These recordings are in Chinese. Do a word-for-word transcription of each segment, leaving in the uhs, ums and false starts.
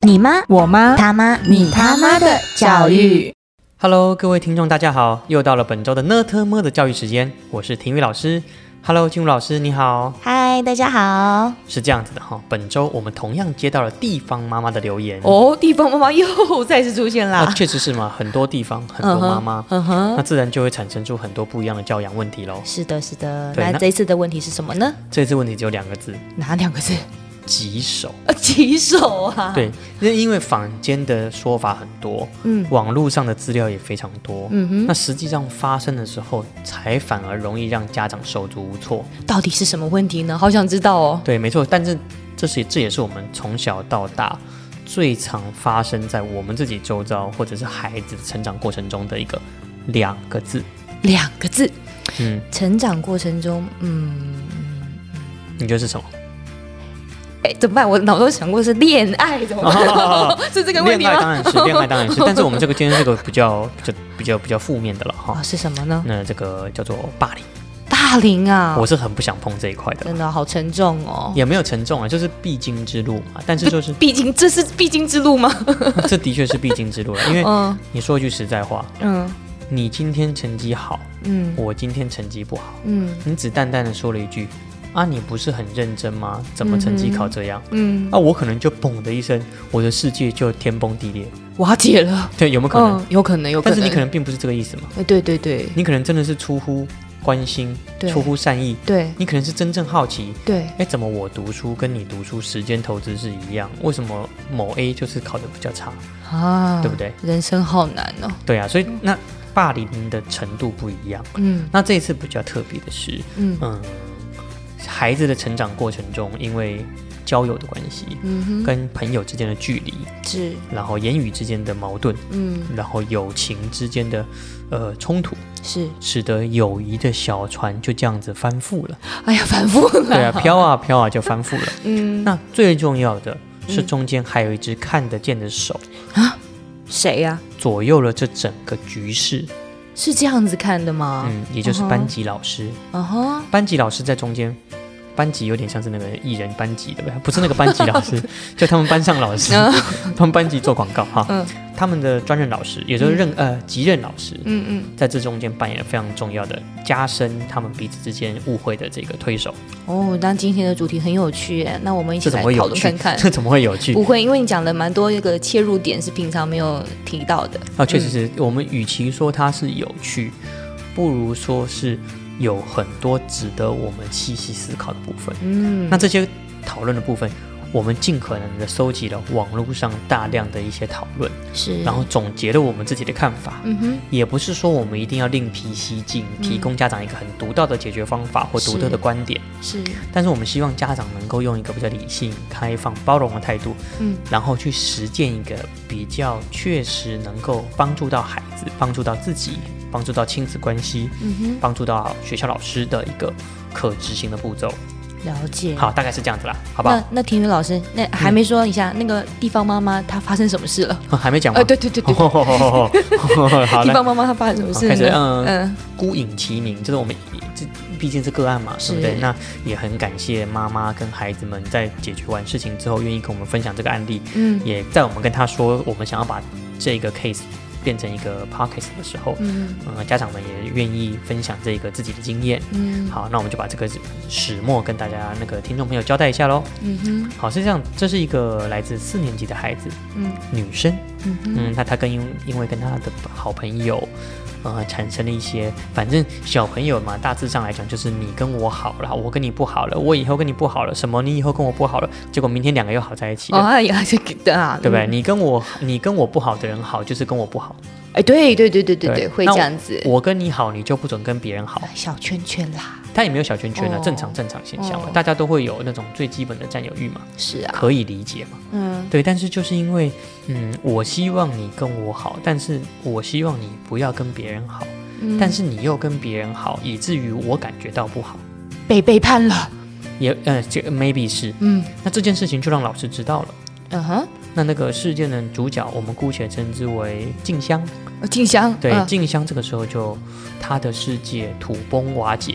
你妈我妈他妈你他妈的教育。 Hello， 各位听众大家好，又到了本周的呢特么的教育时间，我是婷宇老师。Hello， 金武老师你好。 嗨，大家好。 是这样子的哈，本周我们同样接到了地方妈妈的留言哦，地方妈妈又再次出现啦。 啊，确实是嘛，很多地方很多妈妈， 嗯哼， 那自然就会产生出很多不一样的教养问题咯。 是的，是的。 对那那这一次的问题是什么呢？ 这次问题只有两个字， 哪两个字？ 棘手。 啊，棘手啊。 对，因为坊间的说法很多， 嗯网络上的资料也非常多， 嗯哼， 那实际上发生的时候，才反而容易让家长手足无措。 到底是什么问题呢？好想知道哦。 对，没错，但是这是这也是我们从小到大最常发生在我们自己周遭或者是孩子成长过程中的一个两个字。 两个字。 嗯， 成长过程中，嗯， 你觉得是什么？ 哎，怎么办？我脑中想过是恋爱，怎么办？ 哦是这个问题恋爱当吗？ 然是，恋爱当然是，但是我们这个今天这个比较就比较比较负面的了哈。 啊，是什么呢？ 那这个叫做霸凌， 霸凌啊！ 我是很不想碰这一块的， 真的好沉重哦。 也没有沉重啊，就是必经之路嘛。但是就是毕竟这是必经之路吗？ 这的确是必经之路了，因为嗯你说一句实在话， 嗯你今天成绩好， 嗯我今天成绩不好， 嗯你只淡淡的说了一句啊，你不是很认真吗？怎么成绩考这样？ 嗯， 啊，我可能就嘣的一声，我的世界就天崩地裂。 瓦解了。 对，有没有可能？ 嗯，有可能，有可能。 但是你可能并不是这个意思嘛， 哎，对对对你可能真的是出乎关心， 对出乎善意， 对你可能是真正好奇， 对， 哎，怎么我读书跟你读书时间投资是一样？为什么某 A 就是考得比较差， 啊， 对不对？ 人生好难哦。 对啊，所以那霸凌的程度不一样。 嗯那这一次比较特别的是， 嗯嗯，孩子的成长过程中，因为交友的关系， 嗯哼， 跟朋友之间的距离， 是然后言语之间的矛盾， 嗯然后友情之间的呃冲突， 是， 使得友谊的小船就这样子翻覆了。 哎呀，反复了。 对啊，飘啊飘啊就翻覆了。 嗯， 那最重要的是中间还有一只看得见的手， 谁呀？ 左右了这整个局势。 是这样子看的吗？ 嗯，也就是班级老师。 嗯哼， 班级老师在中间，班级有点像是那个艺人班级对不对？不是那个班级老师，就他们班上老师，他们班级做广告哈。 嗯他们的专任老师，也就是任、呃级任老师， 嗯嗯， 在这中间扮演了非常重要的加深他们彼此之间误会的这个推手。 哦，当今天的主题很有趣耶，那我们一起这怎来么会有趣讨论看？看。 这怎么会有趣？ 不会，因为你讲了蛮多一个切入点是平常没有提到的。 啊，确实是、我们与其说它是有趣，不如说是有很多值得我们细细思考的部分。 嗯， 那这些讨论的部分，我们尽可能的收集了网络上大量的一些讨论， 是， 然后总结了我们自己的看法。 嗯哼， 也不是说我们一定要另辟蹊径，提供家长一个很独到的解决方法或独特的观点， 是， 但是我们希望家长能够用一个比较理性、开放、包容的态度， 嗯然后去实践一个比较确实能够帮助到孩子、帮助到自己、帮助到亲子关系、 嗯哼， 帮助到学校老师的一个可执行的步骤。 了解。 好，大概是这样子啦，好不好？ 那那婷宇老师，那还没说一下、那个地方妈妈她发生什么事了？ 还没讲完。 呃，对对对对， 好嘞， 地方妈妈她发生什么事开始， 呢？ 嗯， 嗯孤影其名，就是我们这毕竟是个案嘛， 是对不对？那也很感谢妈妈跟孩子们在解决完事情之后，愿意跟我们分享这个案例。 嗯也在我们跟他说，我们想要把这个 case 变成一个 podcast 的时候， 嗯呃，家长们也愿意分享这个自己的经验。 嗯， 好，那我们就把这个始末跟大家那个听众朋友交代一下喽。 嗯哼， 好，是这样，这是一个来自四年级的孩子， 嗯女生。 嗯哼， 嗯，那她跟因因为跟她的好朋友，呃，产生了一些，反正小朋友嘛，大致上来讲就是你跟我好了，我跟你不好了，我以后跟你不好了，什么你以后跟我不好了，结果明天两个又好在一起了。 哦，哎呀，这个啊， 对不对？ 嗯你跟我，你跟我不好的人好，就是跟我不好。 哎，对对对对对对，会那这样子。 我跟你好，你就不准跟别人好。 小圈圈啦， 他也没有小圈圈啊， 哦正常正常现象嘛， 哦大家都会有那种最基本的占有欲嘛， 是啊， 可以理解嘛。 嗯对，但是就是因为，嗯，我希望你跟我好，但是我希望你不要跟别人好， 嗯但是你又跟别人好，以至于我感觉到不好。 被背叛了。 也，呃，这个 maybe 是， 嗯那这件事情就让老师知道了。 嗯哼， 那那个事件的主角，我们姑且称之为静香。 静香， 对， 嗯静香这个时候就她的世界土崩瓦解。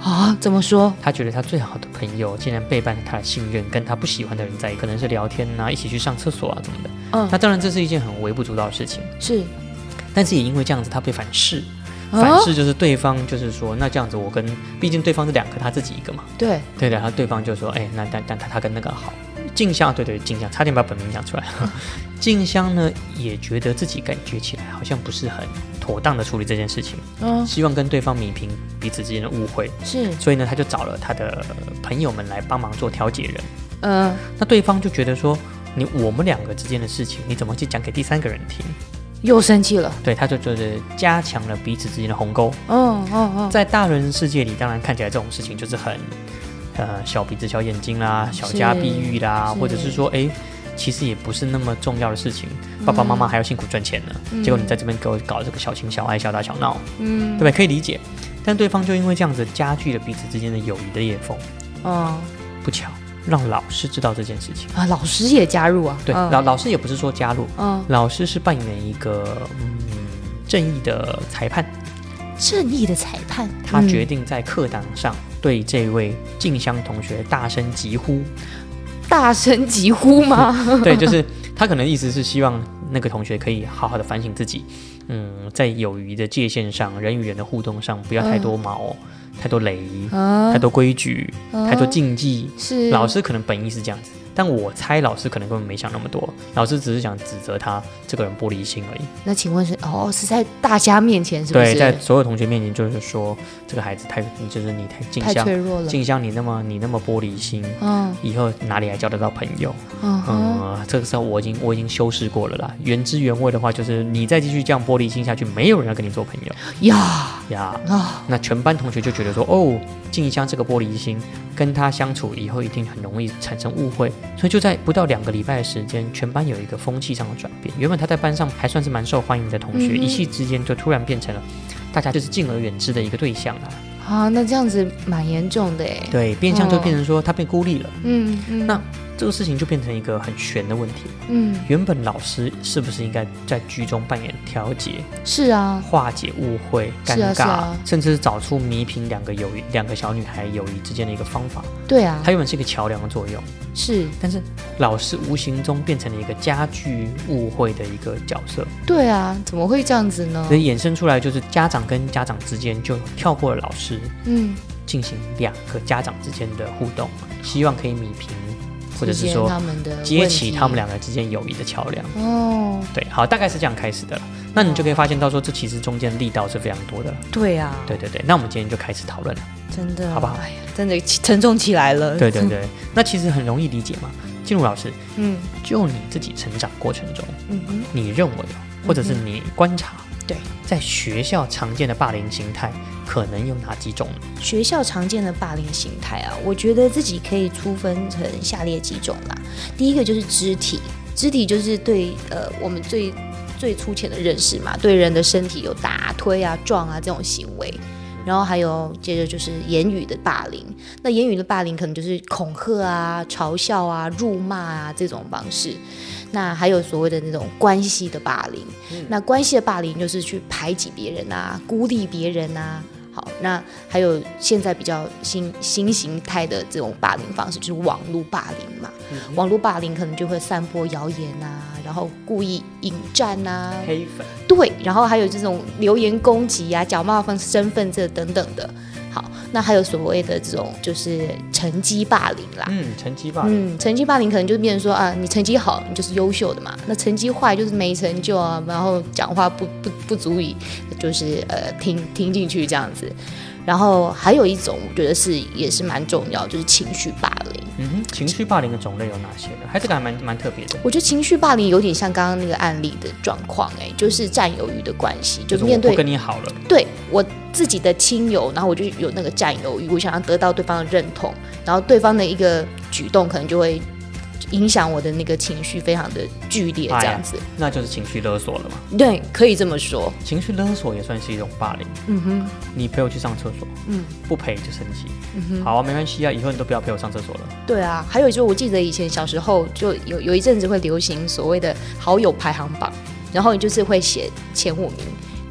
啊？怎么说？ 他觉得他最好的朋友竟然背叛了他的信任，跟他不喜欢的人在一起，可能是聊天啊，一起去上厕所啊什么的。 嗯， 那当然这是一件很微不足道的事情， 是， 但是也因为这样子，他被反噬。 啊反噬就是对方就是说，那这样子我跟，毕竟对方是两个，他自己一个嘛。 对对的，然后对方就说，哎，那但但他他跟那个好。静香，对对，静香差点把本名讲出来。静香呢也觉得自己感觉起来好像不是很妥当的处理这件事情， 嗯， 希望跟对方弥平彼此之间的误会， 是， 所以呢他就找了他的朋友们来帮忙做调解人。 嗯， 那对方就觉得说，你我们两个之间的事情，你怎么去讲给第三个人听？ 又生气了。 对，他就觉得加强了彼此之间的鸿沟。 嗯嗯嗯， 在大人世界里，当然看起来这种事情就是很。呃，小鼻子小眼睛啦，小家碧玉啦，或者是说，哎，其实也不是那么重要的事情，嗯、爸爸妈妈还要辛苦赚钱呢，嗯、结果你在这边给我搞这个小情小爱、小打小闹，嗯，对不对？可以理解，但对方就因为这样子加剧了彼此之间的友谊的裂缝，嗯，不巧让老师知道这件事情啊，老师也加入啊， 对， 嗯、 老老师也不是说加入， 嗯， 老师是扮演一个嗯正义的裁判。 正义的裁判， 他决定在课堂上对这位静香同学大声疾呼。 大声疾呼吗？ 对，就是他可能意思是希望那个同学可以好好的反省自己，嗯，在友谊的界限上，人与人的互动上，不要太多毛、嗯、太多雷、嗯、太多规矩、嗯、太多禁忌。是老师可能本意是这样子。但我猜老师可能根本没想那么多，老师只是想指责他这个人玻璃心而已。 那请问是哦，是在大家面前是不是？ 对，在所有同学面前，就是说这个孩子太，就是你太静香， 太脆弱了。 静香，你那么你那么玻璃心，嗯，以后哪里还交得到朋友？嗯, 嗯，这个时候我已经我已经修饰过了啦。原汁原味的话，就是你再继续这样玻璃心下去，没有人要跟你做朋友呀呀。那全班同学就觉得说，哦，静香这个玻璃心，跟他相处以后一定很容易产生误会。所以就在不到两个礼拜的时间，全班有一个风气上的转变。原本他在班上还算是蛮受欢迎的同学，嗯、一夕之间就突然变成了大家就是敬而远之的一个对象啦。 啊，那这样子蛮严重的哎。 对，变相就变成说他被孤立了。 嗯嗯。 那这个事情就变成一个很悬的问题。嗯。原本老师是不是应该在居中扮演调解？ 是啊。 化解误会、尴尬， 是啊啊、 甚至是找出弥平两个友谊、两个小女孩友谊之间的一个方法。 对啊。 它原本是一个桥梁的作用。 是。 但是老师无形中变成了一个加剧误会的一个角色。 对啊，怎么会这样子呢？ 所以衍生出来就是家长跟家长之间就跳过了老师，嗯，进行两个家长之间的互动，希望可以弭平，或者是说接起他们两个之间友谊的桥梁。哦，对，好，大概是这样开始的了。那你就可以发现到说，这其实中间力道是非常多的。 对啊， 对对对。那我们今天就开始讨论了， 真的， 好不好？ 哎呀，真的沉重起来了。 对对对，那其实很容易理解嘛。静茹老师，嗯，就你自己成长过程中，嗯哼，你认为或者是你观察， 对， 在学校常见的霸凌形态可能有哪几种呢？ 学校常见的霸凌形态啊，我觉得自己可以粗分成下列几种啦。第一个就是肢体，肢体就是对呃我们最最粗浅的认识嘛，对人的身体有打、推啊、撞啊这种行为。然后还有接着就是言语的霸凌，那言语的霸凌可能就是恐吓啊、嘲笑啊、辱骂啊这种方式。那还有所谓的那种关系的霸凌，嗯、那关系的霸凌就是去排挤别人啊、孤立别人啊。好，那还有现在比较新新形态的这种霸凌方式，就是网络霸凌嘛。嗯、网络霸凌可能就会散播谣言啊，然后故意引战啊， 黑粉。 对，然后还有这种留言攻击啊、假冒身份这等等的。好，那还有所谓的这种就是成绩霸凌啦。 嗯，成绩霸凌。 嗯，成绩霸凌可能就变成说啊，你成绩好，你就是优秀的嘛。那成绩坏就是没成就啊，然后讲话不不不足以，就是呃听听进去这样子。然后还有一种，我觉得是也是蛮重要，就是情绪霸凌。 嗯哼，情绪霸凌的种类有哪些呢？还这个还蛮蛮特别的。 我觉得情绪霸凌有点像刚刚那个案例的状况，哎，就是占有欲的关系，就面对我不跟你好了， 对我自己的亲友，然后我就有那个占有欲，我想要得到对方的认同，然后对方的一个举动可能就会影响我的那个情绪非常的剧烈，这样子、哎、 那就是情绪勒索了嘛。 对，可以这么说， 情绪勒索也算是一种霸凌。嗯哼，你陪我去上厕所，嗯，不陪就生气，嗯哼，好啊，没关系啊，以后你都不要陪我上厕所了。 对啊，还有就是我记得以前小时候就有有一阵子会流行所谓的好友排行榜，然后你就是会写前五名，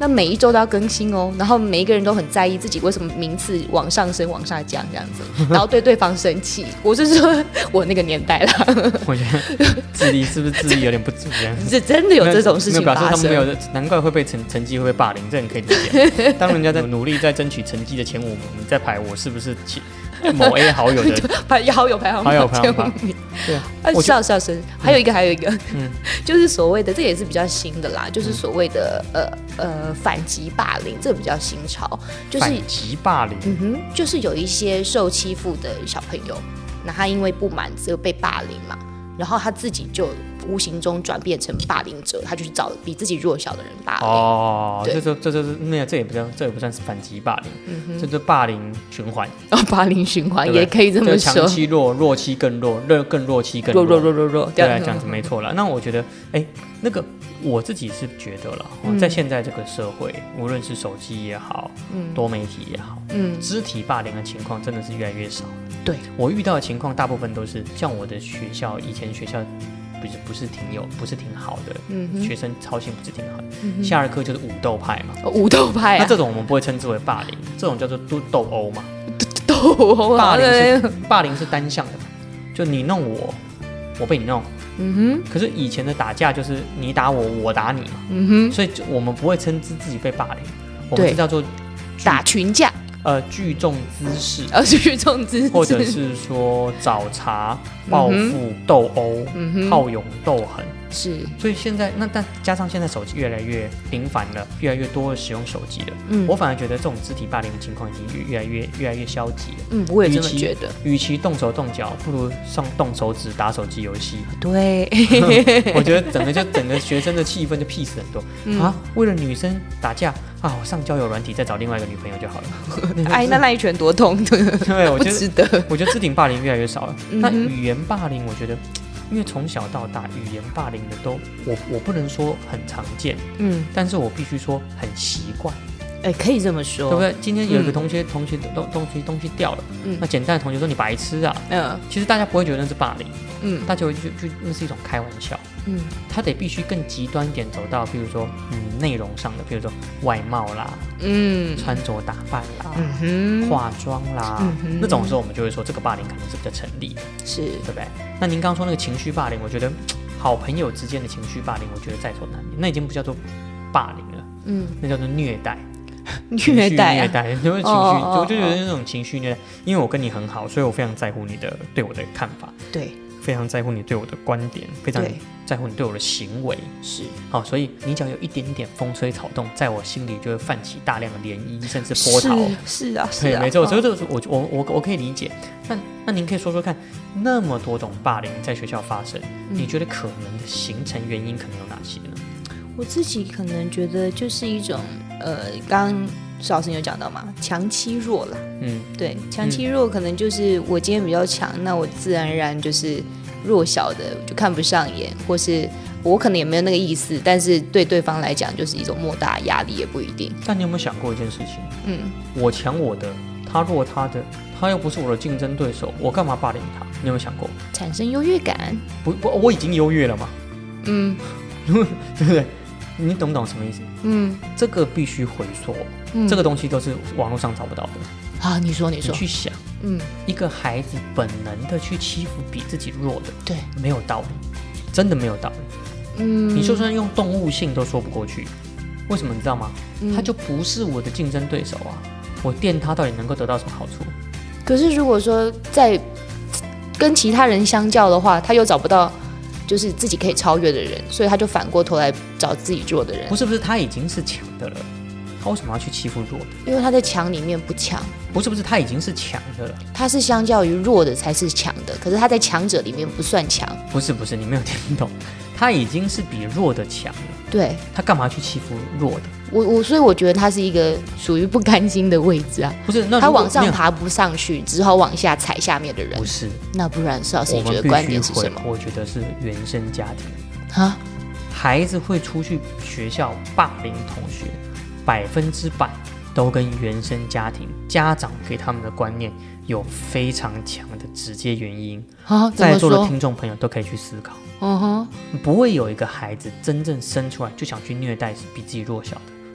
那每一周都要更新哦，然后每一个人都很在意自己为什么名次往上升往下降这样子，然后对对方生气。我是说我那个年代啦， 我觉得智力是不是智力有点不足这样子？ 是真的有这种事情表示发生。 他们没有，难怪会被成成绩会被霸凌，这很可以理解。当人家在努力在争取成绩的前五名，你在排我是不是某 A 好友的排好友排行榜， 好友排行榜？对啊， 啊，笑笑声。还有一个，还有一个， 嗯， 就是所谓的，这也是比较新的啦，就是所谓的呃呃反击霸凌，这个比较新潮，就是反击霸凌， 嗯哼，就是有一些受欺负的小朋友，那他因为不满就被霸凌嘛，然后他自己就无形中转变成霸凌者，他就去找比自己弱小的人霸凌。 哦， 对这这这这是没有，这也不叫，这也不算是反击霸凌， 嗯这就霸凌循环， 哦，霸凌循环对不对也可以这么就说， 强欺弱，弱欺更弱，弱更弱欺更弱弱弱弱弱， 对啊，这样子没错了。那我觉得，哎，那个我自己是觉得了， 嗯在现在这个社会，无论是手机也好， 嗯多媒体也好， 嗯， 肢体霸凌的情况真的是越来越少。 对， 我遇到的情况大部分都是像我的学校，以前学校不是不是挺有，不是挺好的， 嗯哼学生操性不是挺好的， 嗯哼下了课就是武斗派嘛。 哦武斗派啊， 那这种我们不会称之为霸凌，这种叫做斗斗殴嘛。 斗殴霸凌对是霸凌是单向的嘛，就你弄我，我被你弄。 嗯可是以前的打架就是你打我，我打你嘛， 哼嗯哼， 所以就我们不会称之自己被霸凌，我们对是叫做打群架， 呃聚众滋事， 而是去重姿势， 或者是说找茬、报复、斗殴、 嗯哼好勇斗狠。 是所以现在那但加上现在手机越来越频繁了，越来越多的使用手机了， 嗯我反而觉得这种肢体霸凌的情况已经越越来越越来越消极了。 嗯，我也这么与其觉得， 与其动手动脚，不如上动手指打手机游戏。 对， 我觉得整个就整个学生的气氛就 peace 很多、 嗯啊！为了女生打架啊，我上交友软体再找另外一个女朋友就好了。 哎，那那一拳多痛， 对，我不觉值得得， 我觉得肢体霸凌越来越少了。 嗯哼那语言霸凌，我觉得。因为从小到大，语言霸凌的都我我不能说很常见， 嗯， 但是我必须说很习惯， 哎，可以这么说， 对不对？今天有一个嗯同学、同学东东西东西掉了， 嗯那简单的同学说你白痴啊， 嗯其实大家不会觉得那是霸凌， 嗯大家会就就那是一种开玩笑。 嗯他得必须更极端一点走到，譬如说，嗯，内容上的，譬如说外貌啦、 嗯穿着打扮啦、 嗯哼， 化妆啦， 嗯哼那种时候我们就会说这个霸凌可能是比较成立的， 是对不对？那您刚刚说那个情绪霸凌，我觉得好朋友之间的情绪霸凌，我觉得在所难免，那已经不叫做霸凌了， 嗯那叫做虐待。 虐待啊， 虐待，因为情绪， 哦哦哦我就觉得那种情绪虐待，因为我跟你很好，所以我非常在乎你的对我的看法， 对非常在乎你对我的观点，非常对在乎你对我的行为。 是好，所以你只要有一点点风吹草动，在我心里就会泛起大量的涟漪，甚至波涛。 是是啊是对， 啊， 没错，所以哦这个是我我我我可以理解。那那您可以说说看，那么多种霸凌在学校发生， 嗯你觉得可能的形成原因可能有哪些呢？ 我自己可能觉得就是一种呃，刚刚施老师有讲到嘛，强欺弱啦， 嗯， 对，强欺弱可能就是我今天比较强，那我自然而然就是弱小的就看不上眼，或是我可能也没有那个意思，但是对对方来讲就是一种莫大的压力，也不一定。 但你有没有想过一件事情？ 嗯， 我强我的，他弱他的，他又不是我的竞争对手，我干嘛霸凌他？你有没有想过？ 产生优越感。 不不，我已经优越了嘛， 嗯对不对？你懂不懂什么意思？ 嗯这个必须回溯， 嗯， 这个东西都是网络上找不到的。 好，你说你你说， 去想， 嗯， 一个孩子本能的去欺负比自己弱的， 对， 没有道理，真的没有道理。 嗯， 你就算用动物性都说不过去，为什么你知道吗？ 嗯他就不是我的竞争对手啊！我电他到底能够得到什么好处？ 可是如果说在跟其他人相较的话，他又找不到就是自己可以超越的人，所以他就反过头来找自己弱的人不，是不是，他已经是强的了，他为什么要去欺负弱的？ 因为他在强里面不强， 不是不是，他已经是强的了。 他是相较于弱的才是强的，可是他在强者里面不算强， 不是不是，你没有听懂，他已经是比弱的强了， 对他干嘛去欺负弱的？ 我我所以我觉得他是一个属于不甘心的位置啊， 不是，那他如果没有往上爬不上去，只好往下踩下面的人不，是， 那不然施老师我你觉得观们必须回点是什么？ 我觉得是原生家庭。 啊？ 孩子会出去学校霸凌同学，百分之百都跟原生家庭家长给他们的观念有非常强的直接原因。 啊？怎在座的么说？ 听众朋友都可以去思考， 嗯哼， 不会有一个孩子真正生出来就想去虐待比自己弱小的，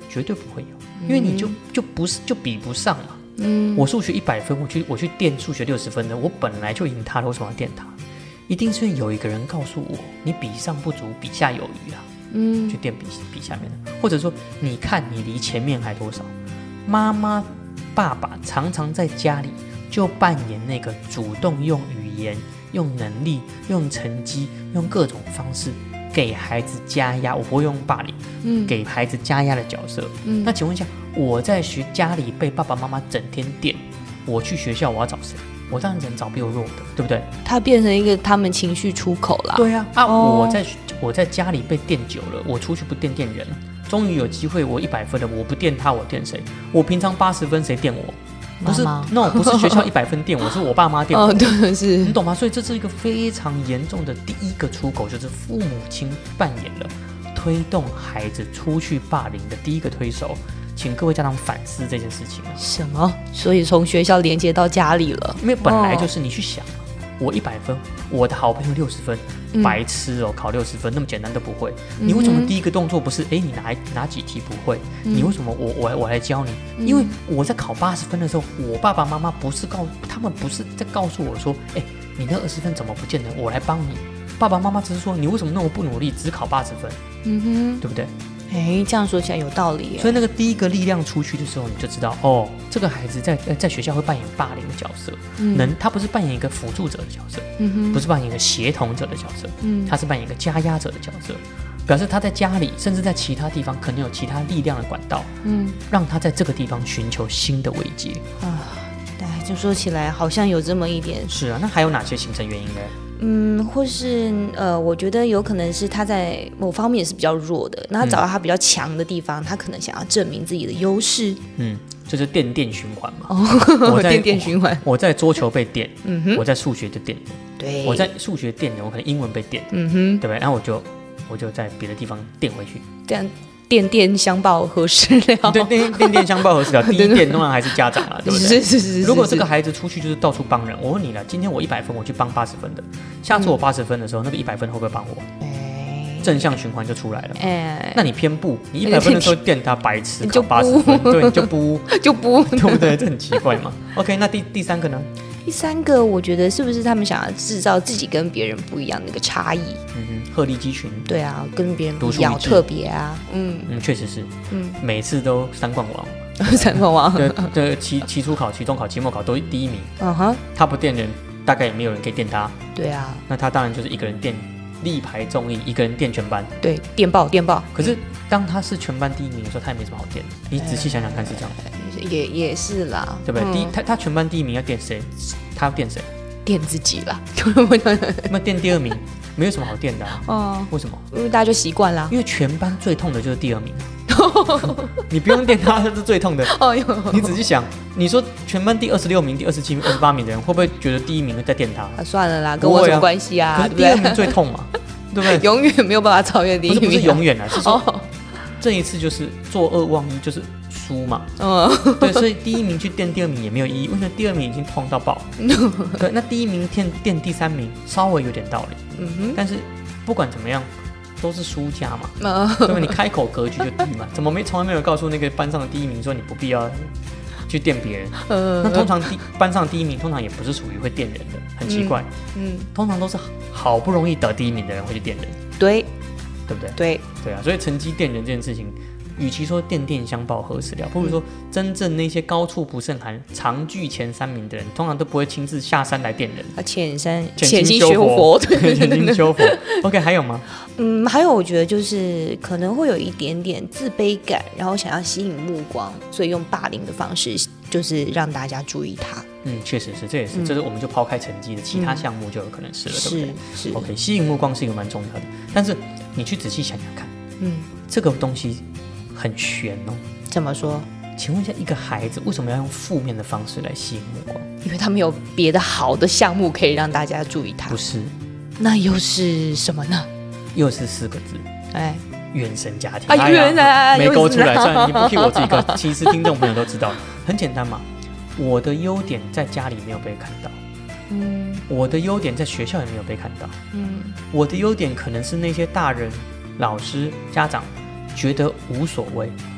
绝对不会有，因为你就就不是就比不上嘛。 嗯， 我数学一百分，我去我去垫数学六十分的，我本来就赢他了，为什么要垫他？一定是因为有一个人告诉我，你比上不足，比下有余啊。 嗯， 去垫比比下面的，或者说你看你离前面还多少？妈妈、爸爸常常在家里就扮演那个主动用语言、用能力、用成绩、用各种方式给孩子加压，我不会用霸凌，嗯，给孩子加压的角色。嗯，那请问一下，我在学家里被爸爸妈妈整天电，我去学校我要找谁？我当然只能找比我弱的，对不对？ 它变成一个他们情绪出口啦。 对啊，啊， 哦、 我在我在家里被电久了，我出去不电电人，终于有机会我一百分了，我不电他，我电谁？我平常八十分，谁电我？不是 ，no， 不是学校一百分电我，是我爸妈电我。 哦，对，是你懂吗？所以这是一个非常严重的第一个出口，就是父母亲扮演了推动孩子出去霸凌的第一个推手。请各位家长反思这件事情啊！ 什么？所以从学校连接到家里了， 因为本来就是你去想，哦、我一百分，我的好朋友六十分，嗯、白痴哦，考六十分那么简单都不会，嗯、你为什么第一个动作不是哎你哪哪几题不会？嗯、你为什么我我我来教你？嗯、因为我在考八十分的时候，我爸爸妈妈不是告他们不是在告诉我说，哎你那二十分怎么不见了？我来帮你。爸爸妈妈只是说你为什么那么不努力，只考八十分？嗯哼，对不对？ 哎，这样说起来有道理耶。 所以那个第一个力量出去的时候，你就知道哦，这个孩子在在学校会扮演霸凌的角色，嗯、能他不是扮演一个辅助者的角色，嗯、哼不是扮演一个协同者的角色，嗯、他是扮演一个加压者的角色，表示他在家里甚至在其他地方可能有其他力量的管道，嗯，让他在这个地方寻求新的慰藉啊。 哎，就说起来好像有这么一点。 是啊，那还有哪些形成原因呢？ 嗯，或是呃，我觉得有可能是他在某方面是比较弱的，那他找到他比较强的地方，嗯、他可能想要证明自己的优势。嗯， 就是电电循环嘛。 哦，我在电电循环我，我在桌球被电，嗯哼，我在数学就电， 对， 我在数学电了，我可能英文被电，嗯哼，对不对？然后我就我就在别的地方电回去， 这样。电电相报何时了？ 对，电电电相报何时了？第一电通常还是家长啊，对不对？ 是是是是。 如果这个孩子出去就是到处帮人，我问你了，今天我一百分，我去帮八十分的，下次我八十分的时候，嗯、那个一百分会不会帮我？哎，正向循环就出来了。哎，那你偏不，你一百分的时候电他白痴，考八十分，对，你就不就不， 对不对？这很奇怪嘛。OK， 那第第三个呢？ 第三个，我觉得是不是他们想要制造自己跟别人不一样的一个差异？ 嗯哼，鹤立鸡群。 对啊，跟别人不一样，特别啊。嗯嗯，确实是。嗯，每次都三冠王。 三冠王。 对对，期期初考、期中考、期末考都第一名。嗯哼。他不电人，大概也没有人可以电他。 对啊。 那他当然就是一个人电，力排众议，一个人电全班。 对，电爆电爆。 可是当他是全班第一名的时候，他也没什么好电。你仔细想想看，是这样。 也也是啦， 对不对？嗯、第一，他他全班第一名要电谁？他要电谁？ 电自己啦。 那电第二名没有什么好电的、啊。哦，为什么？ 因为大家就习惯啦。 因为全班最痛的就是第二名。你不用电他，他是最痛的。哦呦，你仔细想，你说全班第二十六名、第二十七名、二十八名的人，会不会觉得第一名在电他？ 啊、算了啦，跟我有什么关系啊？ 可是第二名最痛嘛，对不对？ 永远没有办法超越第一名、啊。 不是不是永远啊，是说、哦、这一次就是作恶忘一，就是。输嘛，嗯，对，所以第一名去电第二名也没有意义，因为第二名已经痛到爆。对，那第一名电电第三名稍微有点道理，嗯哼，但是不管怎么样都是输家嘛，嗯、对吧？你开口格局就低嘛，怎么没从来没有告诉那个班上的第一名说你不必要去电别人？嗯，那通常第班上第一名通常也不是属于会电人的，很奇怪，嗯，嗯通常都是好不容易得第一名的人会去电人， 对， 对不对？ 对， 对啊，所以成绩电人这件事情。与其说电电相报何时了，不如说真正那些高处不胜寒、常居前三名的人，通常都不会亲自下山来电人。 啊，潜山潜心修佛， 对，潜心修佛。OK， 还有吗？ 嗯，还有我觉得就是可能会有一点点自卑感，然后想要吸引目光，所以用霸凌的方式，就是让大家注意他。 嗯，确实是，这也是，嗯、这是我们就抛开成绩的其他项目就有可能是了， 嗯、 对不对？ 是是 OK， 吸引目光是一个蛮重要的，但是你去仔细想想看，嗯，这个东西。很悬哦， 怎么说？ 请问一下，一个孩子为什么要用负面的方式来吸引目光？ 因为他没有别的好的项目可以让大家注意他。 不是， 那又是什么呢？ 又是四个字，哎，原生家庭。 啊，原来没勾出来，算了，你不替我自己勾。其实听众朋友都知道，很简单嘛。我的优点在家里没有被看到，嗯，我的优点在学校也没有被看到，嗯，我的优点可能是那些大人、老师、家长。觉得无所谓，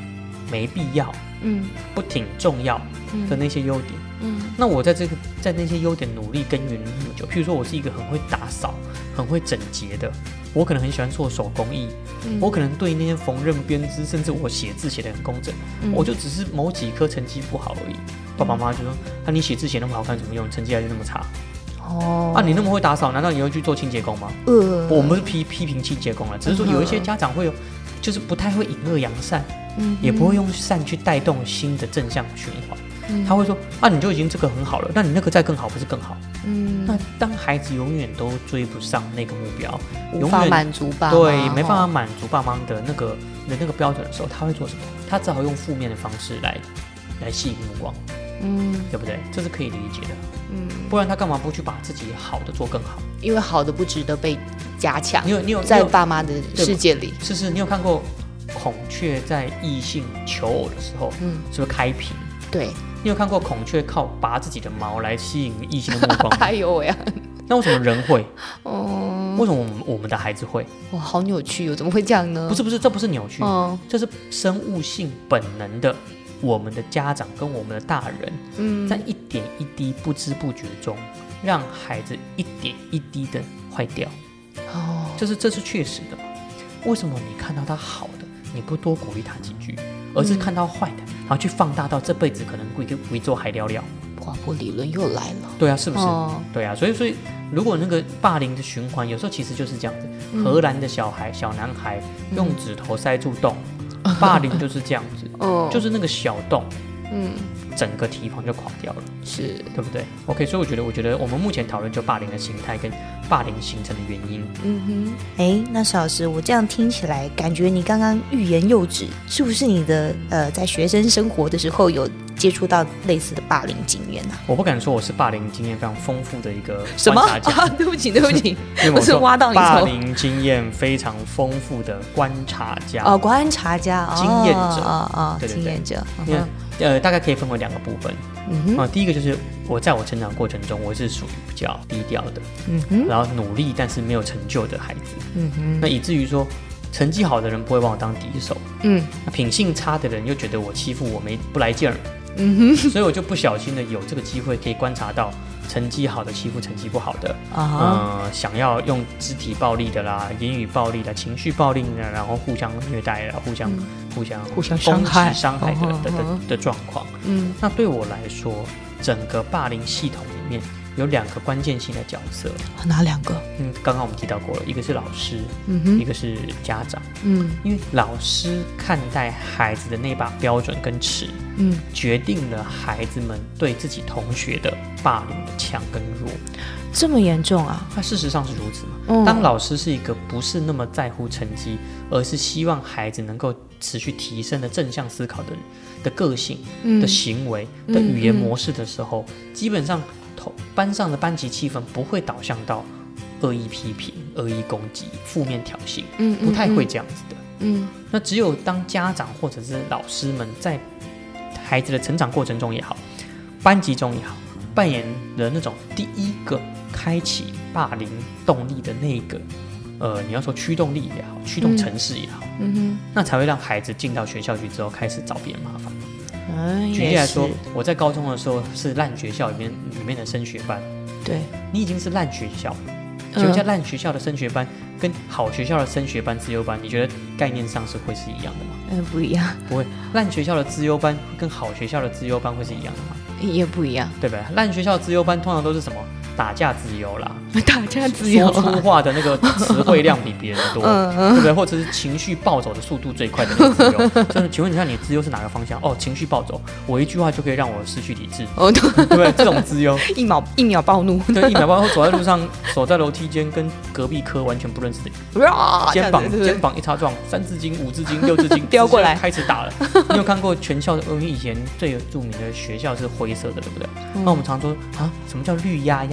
没必要， 嗯不挺重要的那些优点。 嗯那我在这个在那些优点努力耕耘那么久，譬如说我是一个很会打扫、很会整洁的，我可能很喜欢做手工艺， 嗯我可能对那些缝纫编织，甚至我写字写得很工整， 嗯我就只是某几科成绩不好而已。爸爸妈妈就说：“啊，你写字写那么好看，怎么用？成绩还是那么差。 哦啊，你那么会打扫，难道你会去做清洁工吗？” 呃我们不是批批评清洁工了，只是说有一些家长会有，就是不太会引恶扬善， 嗯也不会用善去带动新的正向循环。 嗯他会说：“啊，你就已经这个很好了，那你那个再更好，不是更好？” 嗯那当孩子永远都追不上那个目标， 无法永远满足爸妈， 对，没办法哦满足爸妈的那个的那个标准的时候，他会做什么？他只好用负面的方式来来吸引目光， 嗯对不对？这是可以理解的。 嗯， 不然他干嘛不去把自己好的做更好？ 因为好的不值得被加强你，有你有在你有爸妈的世界里， 是是，你有看过孔雀在异性求偶的时候， 嗯， 是不是开屏？ 对， 你有看过孔雀靠拔自己的毛来吸引异性的目光吗？ 哎呦呀， 那为什么人会？ 哦， 为什么我们我们的孩子会？ 哇，好扭曲哦，怎么会这样呢？ 不是不是，这不是扭曲， 哦， 这是生物性本能的。我们的家长跟我们的大人， 嗯， 在一点一滴不知不觉中，让孩子一点一滴的坏掉， 哦， 就是这是确实的嘛。为什么你看到他好的，你不多鼓励他几句，而是看到坏的，然后去放大到这辈子可能会会做海聊聊？ 瓜破理论又来了， 对啊，是不是？ 哦对啊，所以所以如果那个霸凌的循环，有时候其实就是这样子。 嗯荷兰的小孩小男孩用指头塞住洞，霸凌就是这样子， 哦， 就是那个小洞， 嗯， 整个堤防就垮掉了。 是， 对不对 ？OK， 所以我觉得，我觉得我们目前讨论就霸凌的形态跟霸凌形成的原因。 嗯哼， 哎，那邵老师，我这样听起来，感觉你刚刚欲言又止，是不是你的呃，在学生生活的时候有接触到类似的霸凌经验啊？ 我不敢说我是霸凌经验非常丰富的一个什么观察家， 啊？对不起，对不起， 因为我我是说挖到你头霸凌经验非常丰富的观察家。 哦，观察家，哦、 经验者哦哦， 对对对经验者， 因为嗯呃，大概可以分为两个部分哼， 啊、第一个就是我在我成长过程中，我是属于比较低调的， 嗯哼， 然后努力但是没有成就的孩子， 嗯哼， 那以至于说成绩好的人不会把我当敌手， 嗯那品性差的人又觉得我欺负我没不来劲儿， 嗯哼， 所以我就不小心的有这个机会可以观察到成绩好的欺负成绩不好的， 啊哈， 呃，想要用肢体暴力的啦、言语暴力的、情绪暴力的，然后互相虐待啦、互相、 嗯互相互相攻击伤害伤害的哦的的哦的状况。 嗯那对我来说，整个霸凌系统里面有两个关键性的角色， 哪两个？ 嗯，刚刚我们提到过了，一个是老师， 嗯哼， 一个是家长。 嗯因为老师看待孩子的那把标准跟尺， 嗯， 决定了孩子们对自己同学的霸凌的强跟弱。 这么严重啊？ 那事实上是如此嘛？ 嗯当老师是一个不是那么在乎成绩，而是希望孩子能够持续提升的正向思考的的个性、 嗯的行为、的语言模式的时候，基本上同班上的班级气氛不会导向到恶意批评、恶意攻击、负面挑衅， 嗯不太会这样子的。 嗯那只有当家长或者是老师们在孩子的成长过程中也好，班级中也好，扮演了那种第一个开启霸凌动力的那个，呃，你要说驱动力也好，驱动程式也好， 嗯那才会让孩子进到学校去之后开始找别人麻烦。 哼，嗯， 举例来说也是， 我在高中的时候是烂学校里面里面的升学班， 对， 你已经是烂学校， 嗯请问一下，烂学校的升学班跟好学校的升学班、资优班，你觉得概念上是会是一样的吗？ 嗯，不一样， 不会，烂学校的资优班跟好学校的资优班会是一样的吗？ 也不一样， 对不对？烂学校的资优班通常都是什么打架资优啦， 打架自由说粗话的那个词汇量比别人多， 嗯嗯对不对？或者是情绪暴走的速度最快的那个资优。就是请问一下，你的资优是哪个方向？哦，情绪暴走，我一句话就可以让我失去理智， 哦，对， 对不对？这种资优， 一秒一秒暴怒， 对，一秒包括走在路上，走在楼梯间，跟隔壁科完全不认识的人， 啊肩膀这样子肩膀一擦撞，三字经、五字经、六字经飙过来直接开始打了。你有看过全校的？因为以前最有著名的学校是灰色的，对不对？ 嗯那我们常说啊，什么叫绿压压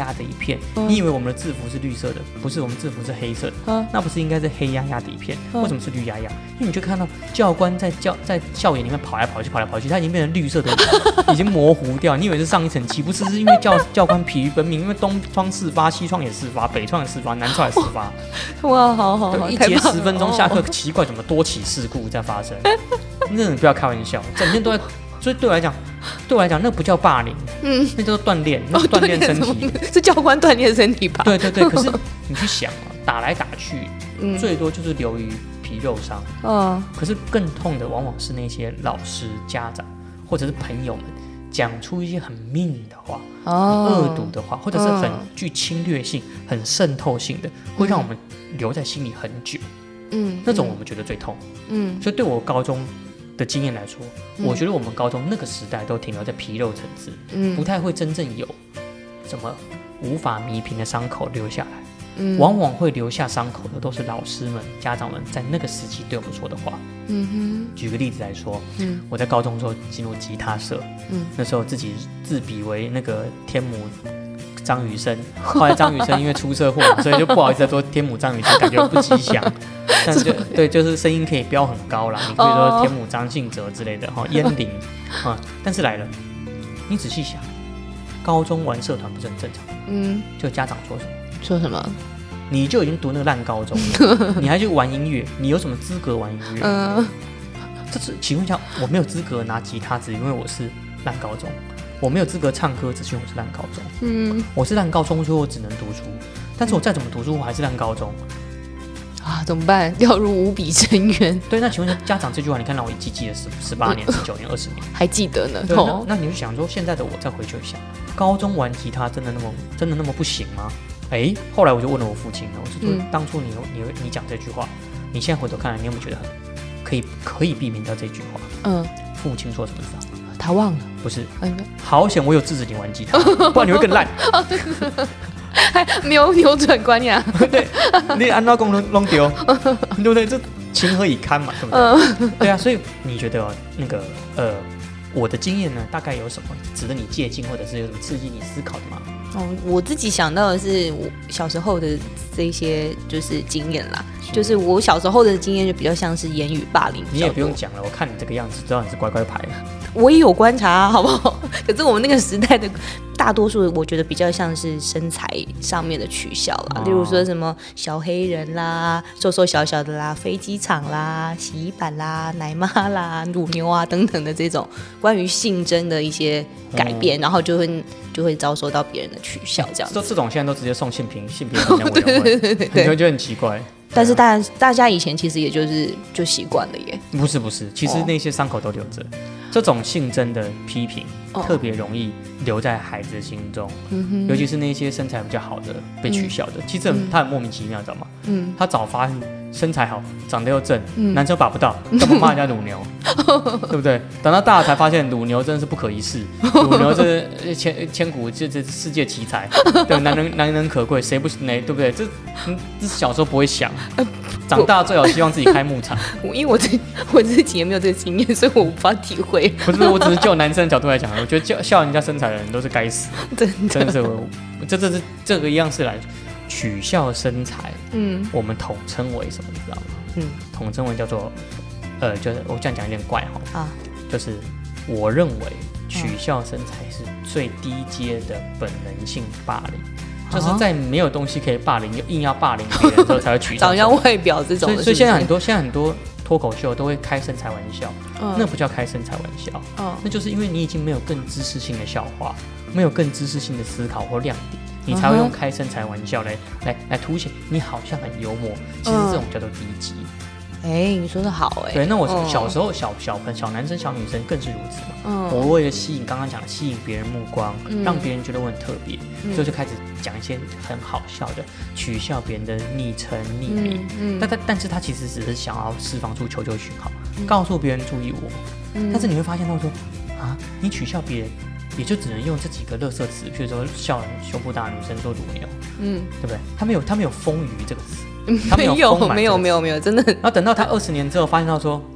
压的一片。嗯、你以为我们的制服是绿色的，不是，我们制服是黑色的。嗯、那不是应该是黑压压的一片？嗯、为什么是绿压压？因为你就看到教官在教在校园里面跑来跑去，跑来跑去，他已经变成绿色的，已经模糊掉。你以为是上一层漆？不是，是因为教教官疲于奔命，因为东窗事发，西窗也事发，北窗也事发，南窗也事发。 哇，好好好， 一节十分钟下课，奇怪，怎么多起事故在发生？那你不要开玩笑，整天都在。所以对我来讲，对我来讲，那不叫霸凌，嗯，那叫做锻炼，那是锻炼身体， 哦、是教官锻炼身体吧？ 对对对。可是你去想啊，打来打去，嗯、最多就是流于皮肉伤。嗯。可是更痛的，往往是那些老师、家长或者是朋友们讲出一些很命的话、哦、很恶毒的话，或者是很具侵略性、很渗透性的，会让我们留在心里很久。嗯。那种我们觉得最痛。嗯。所以对我高中的经验来说，嗯、我觉得我们高中那个时代都停留在皮肉层次，嗯、不太会真正有什么无法弥平的伤口留下来。嗯、往往会留下伤口的都是老师们、家长们在那个时期对我们说的话。嗯哼。举个例子来说，嗯、我在高中的时候进入吉他社，嗯、那时候自己自比为那个天母张雨生，后来张雨生因为出车祸嘛，所以就不好意思再说天母张雨生，感觉不吉祥。但就对，就是声音可以飙很高啦，你可以说天母张信哲之类的哈，燕玲啊。但是来了，你仔细想，高中玩社团不是很正常？嗯，就家长说什么？ 说什么？ 你就已经读那个烂高中了，你还去玩音乐，你有什么资格玩音乐？嗯，这是请问一下，我没有资格拿吉他，只因为我是烂高中。我没有资格唱歌，只是因为我是烂高中。嗯，我是烂高中，所以我只能读书。但是我再怎么读书，我还是烂高中。 啊，怎么办？掉入无比深渊。 对，那请问家长这句话，你看让我一记记了十十八年、十九年、二十年， 还记得呢。 对，那, 那你就想说，现在的我再回去想，高中玩吉他真的那么真的那么不行吗？哎，后来我就问了我父亲了，我是说，嗯、当初你你你讲这句话，你现在回头看来，你有没有觉得很可以可以避免掉这句话？嗯，父亲说什么事啊？ 他忘了， 不是，哎、好险我有制止你玩吉他，不然你会更烂。 还没有扭转观念、啊， 对，你按照功能弄丢，对不对？这情何以堪嘛，对不对？嗯、对啊，所以你觉得、哦、那个呃，我的经验呢，大概有什么值得你借鉴，或者是有什么刺激你思考的吗？ 哦，我自己想到的是我小时候的这一些就是经验啦，就是我小时候的经验就比较像是言语霸凌。 你也不用讲了，我看你这个样子，知道你是乖乖牌。 我也有观察、啊，好不好？可是我们那个时代的大多数，我觉得比较像是身材上面的取笑啦，哦、例如说什么小黑人啦、瘦瘦小小的啦、飞机场啦、洗衣板啦、奶妈啦、乳牛啊等等的这种关于性征的一些改变，嗯、然后就会就会遭受到别人的取笑，这样子。 这种现在都直接送性平性别平等委员会，对对对对，你会觉得很奇怪。 但是大家大家以前其实也就是就习惯了耶。 不是不是，其实那些伤口都留着。哦、这种性征的批评、哦、特别容易留在孩子的心中，嗯、尤其是那些身材比较好的被取笑的，嗯、其实很、嗯、他很莫名其妙，知道吗？嗯，他早发现身材好，长得又正，嗯、男生把不到，干嘛骂人家乳牛？对不对？等到大了才发现乳牛真的是不可一世，乳牛这千千古这这世界奇才，对，难能难能可贵，谁不哪对不对？这这小时候不会想。长大最好希望自己开牧场。 我因为我自我自己也没有这个经验，所以我无法体会。 不是，我只是就男生的角度来讲，我觉得笑笑人家身材的人都是该死， 真的， 真的是我这这这这个一样是来取笑身材。嗯，我们统称为什么，你知道吗？嗯，统称为叫做呃，就是我这样讲有点怪哈啊，就是我认为取笑身材是最低阶的本能性霸凌。就是在没有东西可以霸凌，又硬要霸凌别人的时候才会取笑。 长相外表这种的是不是， 所以所以现在很多现在很多脱口秀都会开身材玩笑，嗯、那不叫开身材玩笑，嗯、那就是因为你已经没有更知识性的笑话，没有更知识性的思考或亮点，你才会用开身材玩笑来、嗯、来来凸显你好像很幽默，其实这种叫做低级。 哎、欸，你说的好哎、欸。 对，那我小时候小小朋小男生小女生更是如此嘛。嗯，我为了吸引刚刚讲的吸引别人目光，嗯、让别人觉得我很特别，嗯、所以就开始讲一些很好笑的，取笑别人的昵称匿名。嗯，嗯但但但是他其实只是想要释放出求救讯号，嗯、告诉别人注意我。嗯，但是你会发现到说啊，你取笑别人，也就只能用这几个垃圾词，譬如说笑人胸部大的女生做乳牛，嗯，对不对？他没有他没有丰腴这个词。他没有没有没有没有没有真的。 然后等到他二十年之后，发现到说，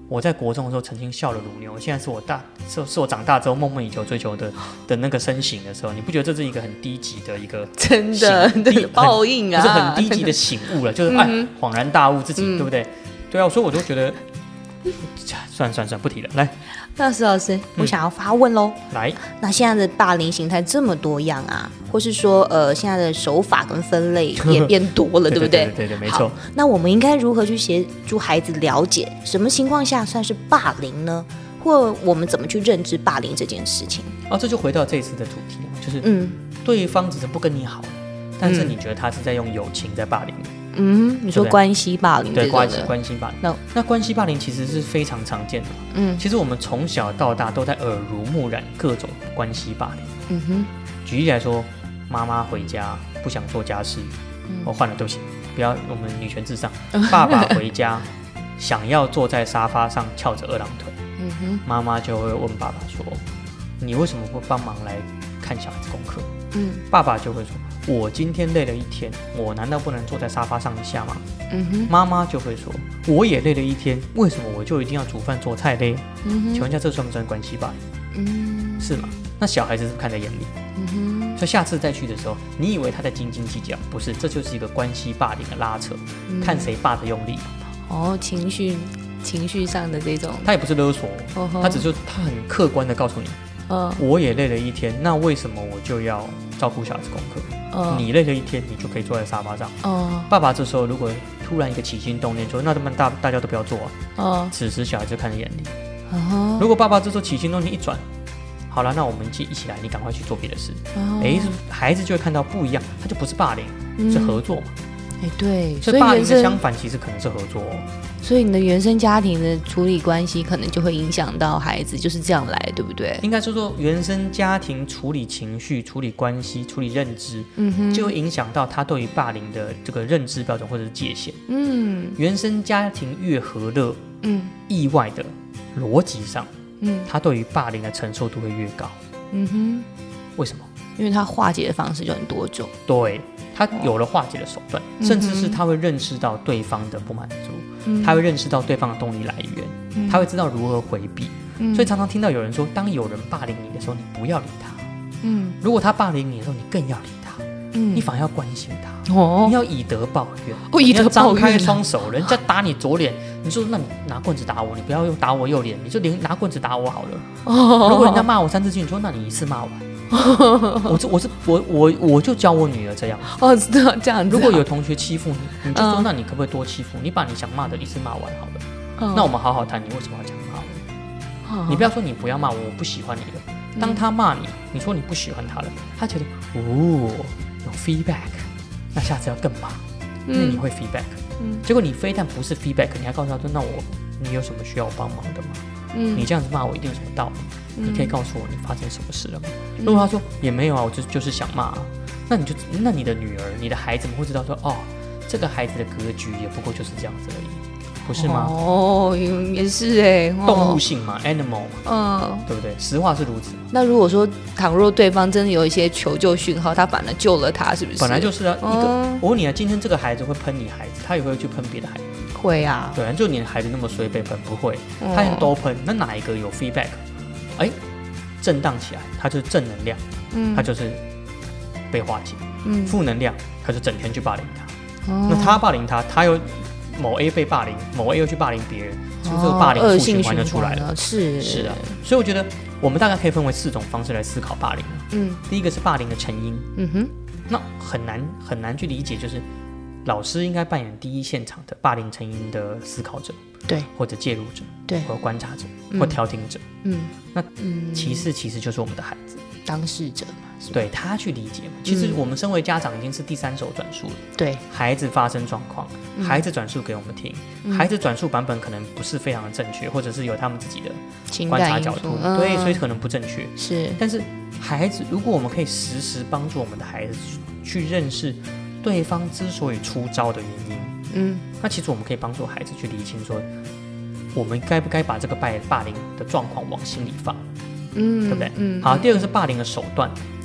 我在国中的时候曾经笑了乳牛，现在是我大是是我长大之后梦寐以求追求的的那个身形的时候，你不觉得这是一个很低级的一个真的对报应啊， 就是很低级的醒悟了，就是、嗯、哎恍然大悟自己、嗯、对不对？对啊，所以我都觉得算了算了算了不提了。来， 那石老师、嗯、我想要发问咯。 来， 那现在的霸凌形态这么多样啊，或是说呃现在的手法跟分类也变多了对不对？ 对对对对，没错。 那我们应该如何去协助孩子了解什么情况下算是霸凌呢？或我们怎么去认知霸凌这件事情？ 哦，这就回到这一次的主题了，就是嗯，对方只是不跟你好，但是你觉得他是在用友情在霸凌你。 嗯，你说关系霸凌， 对，关系关系霸凌。那那关系霸凌其实是非常常见的。嗯，其实我们从小到大都在耳濡目染各种关系霸凌。嗯哼，举例来说，妈妈回家不想做家事，我、嗯哦、换了，对不起，不要我们女权至上。爸爸回家想要坐在沙发上翘着二郎腿，嗯哼，妈妈就会问爸爸说：“你为什么不帮忙来看小孩子功课？”嗯，爸爸就会说：“我今天累了一天，我难道不能坐在沙发上一下吗？”嗯哼，妈妈就会说：“我也累了一天，为什么我就一定要煮饭做菜嘞？”嗯哼，请问一下，这算不算关系霸凌？嗯，是吗？那小孩子是不是看在眼里？嗯哼，所以下次再去的时候，你以为他在斤斤计较，不是，这就是一个关系霸凌的拉扯，嗯、看谁霸得用力。 哦，情绪情绪上的这种， 他也不是勒索，哦、他只是他很客观的告诉你。Uh, 我也累了一天，那为什么我就要照顾小孩子功课？ uh, 你累了一天，你就可以坐在沙发上。Uh, 爸爸这时候如果突然一个起心动念说，那他们大大家都不要做啊。Uh, 此时小孩就看在眼里。Uh, 如果爸爸这时候起心动念一转，好了，那我们一起一起来，你赶快去做别的事。哎、uh, ，孩子就会看到不一样，他就不是霸凌，嗯、是合作嘛。 哎，对， 所以霸凌的相反其实可能是合作哦。 所以你的原生家庭的处理关系可能就会影响到孩子，就是这样来，对不对？ 应该说说原生家庭处理情绪、处理关系、处理认知，嗯哼，就会影响到他对于霸凌的这个认知标准或者是界限。嗯，原生家庭越和乐，嗯，意外的逻辑上，嗯，他对于霸凌的承受度会越高。嗯哼，为什么？ 因为他化解的方式就很多种。 对。他有了化解的手段，哦、甚至是他会认识到对方的不满足，嗯、他会认识到对方的动力来源，嗯、他会知道如何回避。嗯、所以常常听到有人说，当有人霸凌你的时候，你不要理他。嗯，如果他霸凌你的时候，你更要理他。嗯，你反而要关心他。哦，你要以德报怨。 哦，以德报怨。 张开双手，人家打你左脸，你说那你拿棍子打我，你不要用打我右脸，你就连拿棍子打我好了。哦，如果人家骂我三字经，你说那你一次骂完。我是我是我我我就教我女儿这样哦，知道这样子。 如果有同学欺负你，你就说、嗯、那你可不可以多欺负？你把你想骂的一次骂完好了。嗯、那我们好好谈，你为什么要这样骂我？嗯、你不要说你不要骂我，我不喜欢你了。当他骂你，你说你不喜欢他了，他觉得哦有 feedback， 那下次要更骂，因为你会 feedback。嗯、结果你非但不是 feedback， 你还告诉他说那我你有什么需要我帮忙的吗？嗯、你这样子骂我一定有什么道理？你可以告诉我你发生什么事了吗？嗯、如果他说也没有啊，我就就是想骂、啊，那你就那你的女儿、你的孩子们会知道说，哦，这个孩子的格局也不过就是这样子而已，不是吗？ 哦，也是哎、 哦，动物性嘛 ，animal 嘛，嗯，对不对？实话是如此。 那如果说倘若对方真的有一些求救讯号，他反而救了他，是不是？ 本来就是啊，一个、嗯、我问你啊，今天这个孩子会喷你孩子，他也会去喷别的孩子。 会啊， 对啊，就你的孩子那么衰被喷不会，嗯、他都喷，那哪一个有 feedback？ 哎，震荡起来，它就是正能量，嗯，它就是被化解，嗯，负能量，他就整天去霸凌他，哦、那他霸凌他，他又某 A 被霸凌，某 A 又去霸凌别人，所以这个霸凌负循环就出来了， 哦、是是啊，所以我觉得我们大概可以分为四种方式来思考霸凌，嗯，第一个是霸凌的成因，嗯哼，那很难很难去理解，就是老师应该扮演第一现场的霸凌成因的思考者， 对， 或者介入者， 对， 或观察者，嗯、或调停者，嗯，那嗯， 其次其实就是我们的孩子， 当事者嘛， 对他去理解嘛。其实我们身为家长已经是第三手转述了， 对， 孩子发生状况，嗯、孩子转述给我们听，嗯、孩子转述版本可能不是非常的正确，或者是有他们自己的观察角度，嗯、对，所以可能不正确。 是， 但是孩子，如果我们可以时时帮助我们的孩子去认识对方之所以出招的原因，嗯，那其实我们可以帮助孩子去理清说，我们该不该把这个霸霸凌的状况往心里放，嗯，对不对？嗯，好，第二个是霸凌的手段，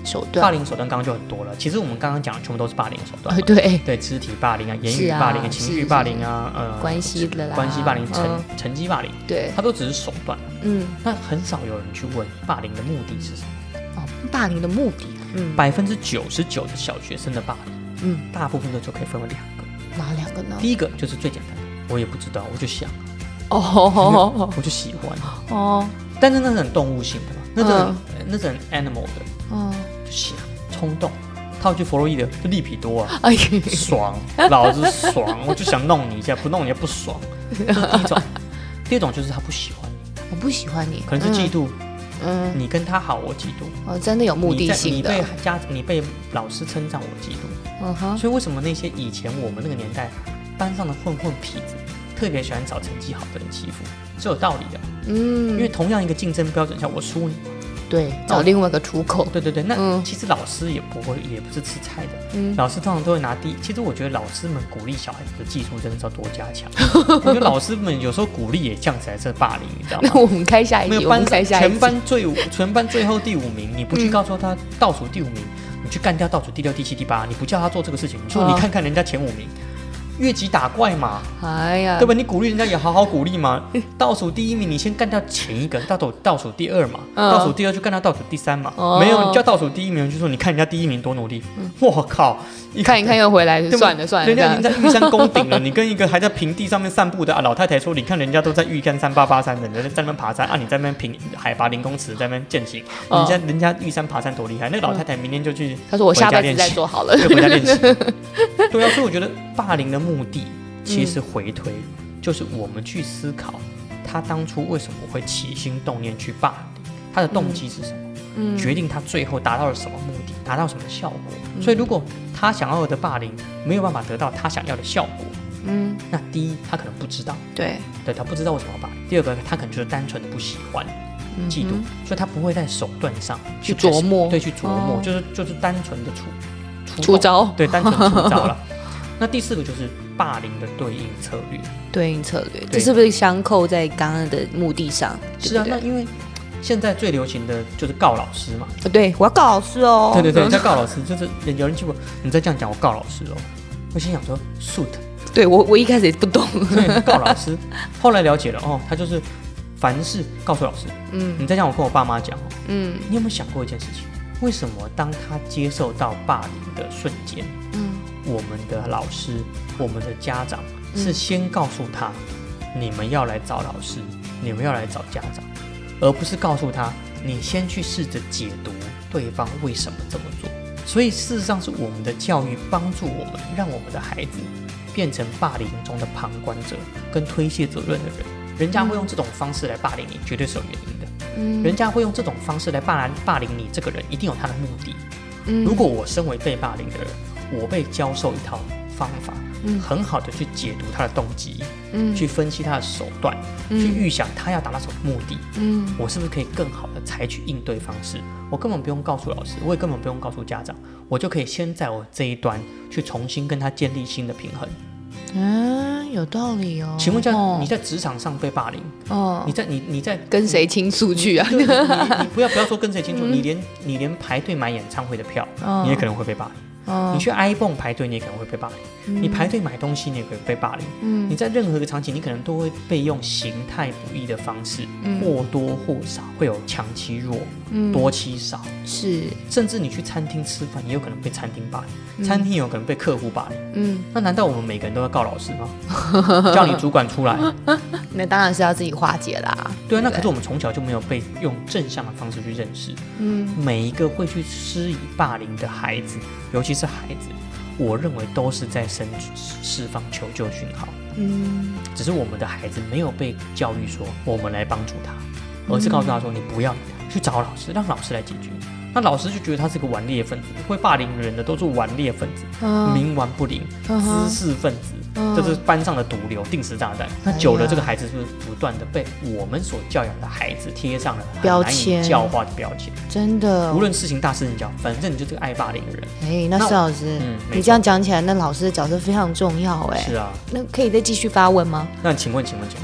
手段， 霸凌手段刚刚就很多了。其实我们刚刚讲的全部都是霸凌手段， 对对，肢体霸凌啊，言语霸凌啊，情绪霸凌啊，呃， 关系的啦， 关系霸凌、成嗯成绩霸凌， 对， 它都只是手段。 嗯， 那很少有人去问霸凌的目的是什么。 哦，霸凌的目的，嗯百分之九十九的小学生的霸凌， 嗯， 大部分都就可以分为两个。 哪两个呢？ 第一个就是最简单的，我也不知道，我就想， 哦我就喜欢， 哦， 但是那是很动物性的嘛，那是很、 嗯那是很 animal 的， 嗯， 就想冲动。套句弗洛伊德，就利比多啊， 哎呀， 爽，老子爽，我就想弄你一下，不弄你也不爽。这是第一种。第二种就是他不喜欢你， 我不喜欢你， 可能是嫉妒， 嗯， 你跟他好，我嫉妒。 哦，真的有目的性的， 你在你被家你被老师称赞，我嫉妒。 嗯哼， 所以为什么那些以前我们那个年代班上的混混痞子特别喜欢找成绩好的人欺负，是有道理的。 嗯， 因为同样一个竞争标准下，我输你， 对，找另外一个出口， 对对对，那、 嗯其实老师也不会，也不是吃菜的。 嗯， 老师通常都会拿第一。其实我觉得老师们鼓励小孩子的技术真的是要多加强。我觉得老师们有时候鼓励也降起来是霸凌，你知道吗？ 那我们开下一集，我没有班们开下一集， 全班最全班最后第五名，你不去嗯告诉他倒数第五名，你去干掉倒数第六、第七、第八，你不叫他做这个事情，你说哦你看看人家前五名，越级打怪嘛， 哎呀， 对吧？你鼓励人家也好好鼓励嘛。倒数第一名，你先干掉前一个，倒数倒数第二嘛， 嗯倒数第二就干掉倒数第三嘛。 哦没有，你叫倒数第一名就说你看人家第一名多努力，我靠， 看一看又回来， 对吧算了算了， 人家已经这样在玉山攻顶了，你跟一个还在平地上面散步的、啊、老太太说，你看人家都在玉山三八八山的，人家在那边爬山啊，你在那边平海拔零公尺在那边践行， 哦人家人家玉山爬山多厉害，那个老太太明天就去他说我下辈子再回家练习做好了， 对，回家练习。对啊，所以我觉得霸凌的目的，其实回推、就是我们去思考，他当初为什么会起心动念去霸凌，他的动机是什么， 嗯决定他最后达到了什么目的，达到什么效果。所以如果他想要的霸凌没有办法得到他想要的效果， 嗯， 那第一他可能不知道， 对， 对他不知道为什么要霸凌；第二个他可能就是单纯的不喜欢。 嗯嫉妒，所以他不会在手段上去琢磨对，去琢磨， 哦就是就是单纯的出出出招， 对，单纯出招了。那第四个就是霸凌的对应策略。 对应策略，这是不是相扣在刚刚的目的上？ 是啊， 对不对那因为现在最流行的就是告老师嘛。 呃对，我要告老师哦。 对对对，在告老师，就是有人去我，你再这样讲，我告老师哦。我心想说，shoot， 对我我一开始也不懂。 对，告老师。后来了解了哦，他就是凡事告诉老师。 嗯你再让我跟我爸妈讲哦， 嗯你有没有想过一件事情？为什么当他接受到霸凌的瞬间， 嗯我们的老师、我们的家长是先告诉他，你们要来找老师，你们要来找家长，而不是告诉他，你先去试着解读对方为什么这么做。所以事实上是我们的教育帮助我们，让我们的孩子变成霸凌中的旁观者跟推卸责任的人。人家会用这种方式来霸凌你，绝对是有原因的。 嗯人家会用这种方式来霸凌霸凌你这个人，一定有他的目的。 嗯如果我身为被霸凌的人，我被教授一套方法， 嗯很好的去解读他的动机， 嗯去分析他的手段， 嗯去预想他要达到什么目的， 嗯我是不是可以更好的采取应对方式？我根本不用告诉老师，我也根本不用告诉家长，我就可以先在我这一端去重新跟他建立新的平衡。 嗯，有道理哦。 请问一下， 哦你在职场上被霸凌， 哦你在你你在跟谁倾诉去啊？ 对你你你不要不要说跟谁清楚，你连你连排队买演唱会的票， 哦你也可能会被霸凌。 哦你去 iPhone 排队，你也可能会被霸凌；你排队买东西，你也可能被霸凌。 嗯你在任何一个场景，你可能都会被用形态不一的方式， 嗯或多或少会有强欺弱、 嗯多欺少， 是甚至你去餐厅吃饭，也有可能被餐厅霸凌，餐厅也有可能被客户霸凌。 嗯， 那难道我们每个人都要告老师吗？叫你主管出来？ 那当然是要自己化解啦。 对啊，那可是我们从小就没有被用正向的方式去认识。 嗯每一个会去施以霸凌的孩子，尤其是孩子，我认为都是在生释放求救讯号。 嗯只是我们的孩子没有被教育说我们来帮助他，而是告诉他说你不要理他，去找老师，让老师来解决。那老师就觉得他是个顽劣分子，会霸凌人的都是顽劣分子， 嗯冥顽不灵、 嗯哼滋事分子， 嗯这是班上的毒瘤、定时炸弹。那久了，这个孩子是不是不断的被我们所教养的孩子贴上了很难标签以教化的标签？ 真的无。论事情大事情小，反正你就是个爱霸凌的人。 哎，那那施老师， 嗯没错你这样讲起来，那老师的角色非常重要哎。 是啊， 那可以再继续发问吗？ 那请问，请问，请问， 那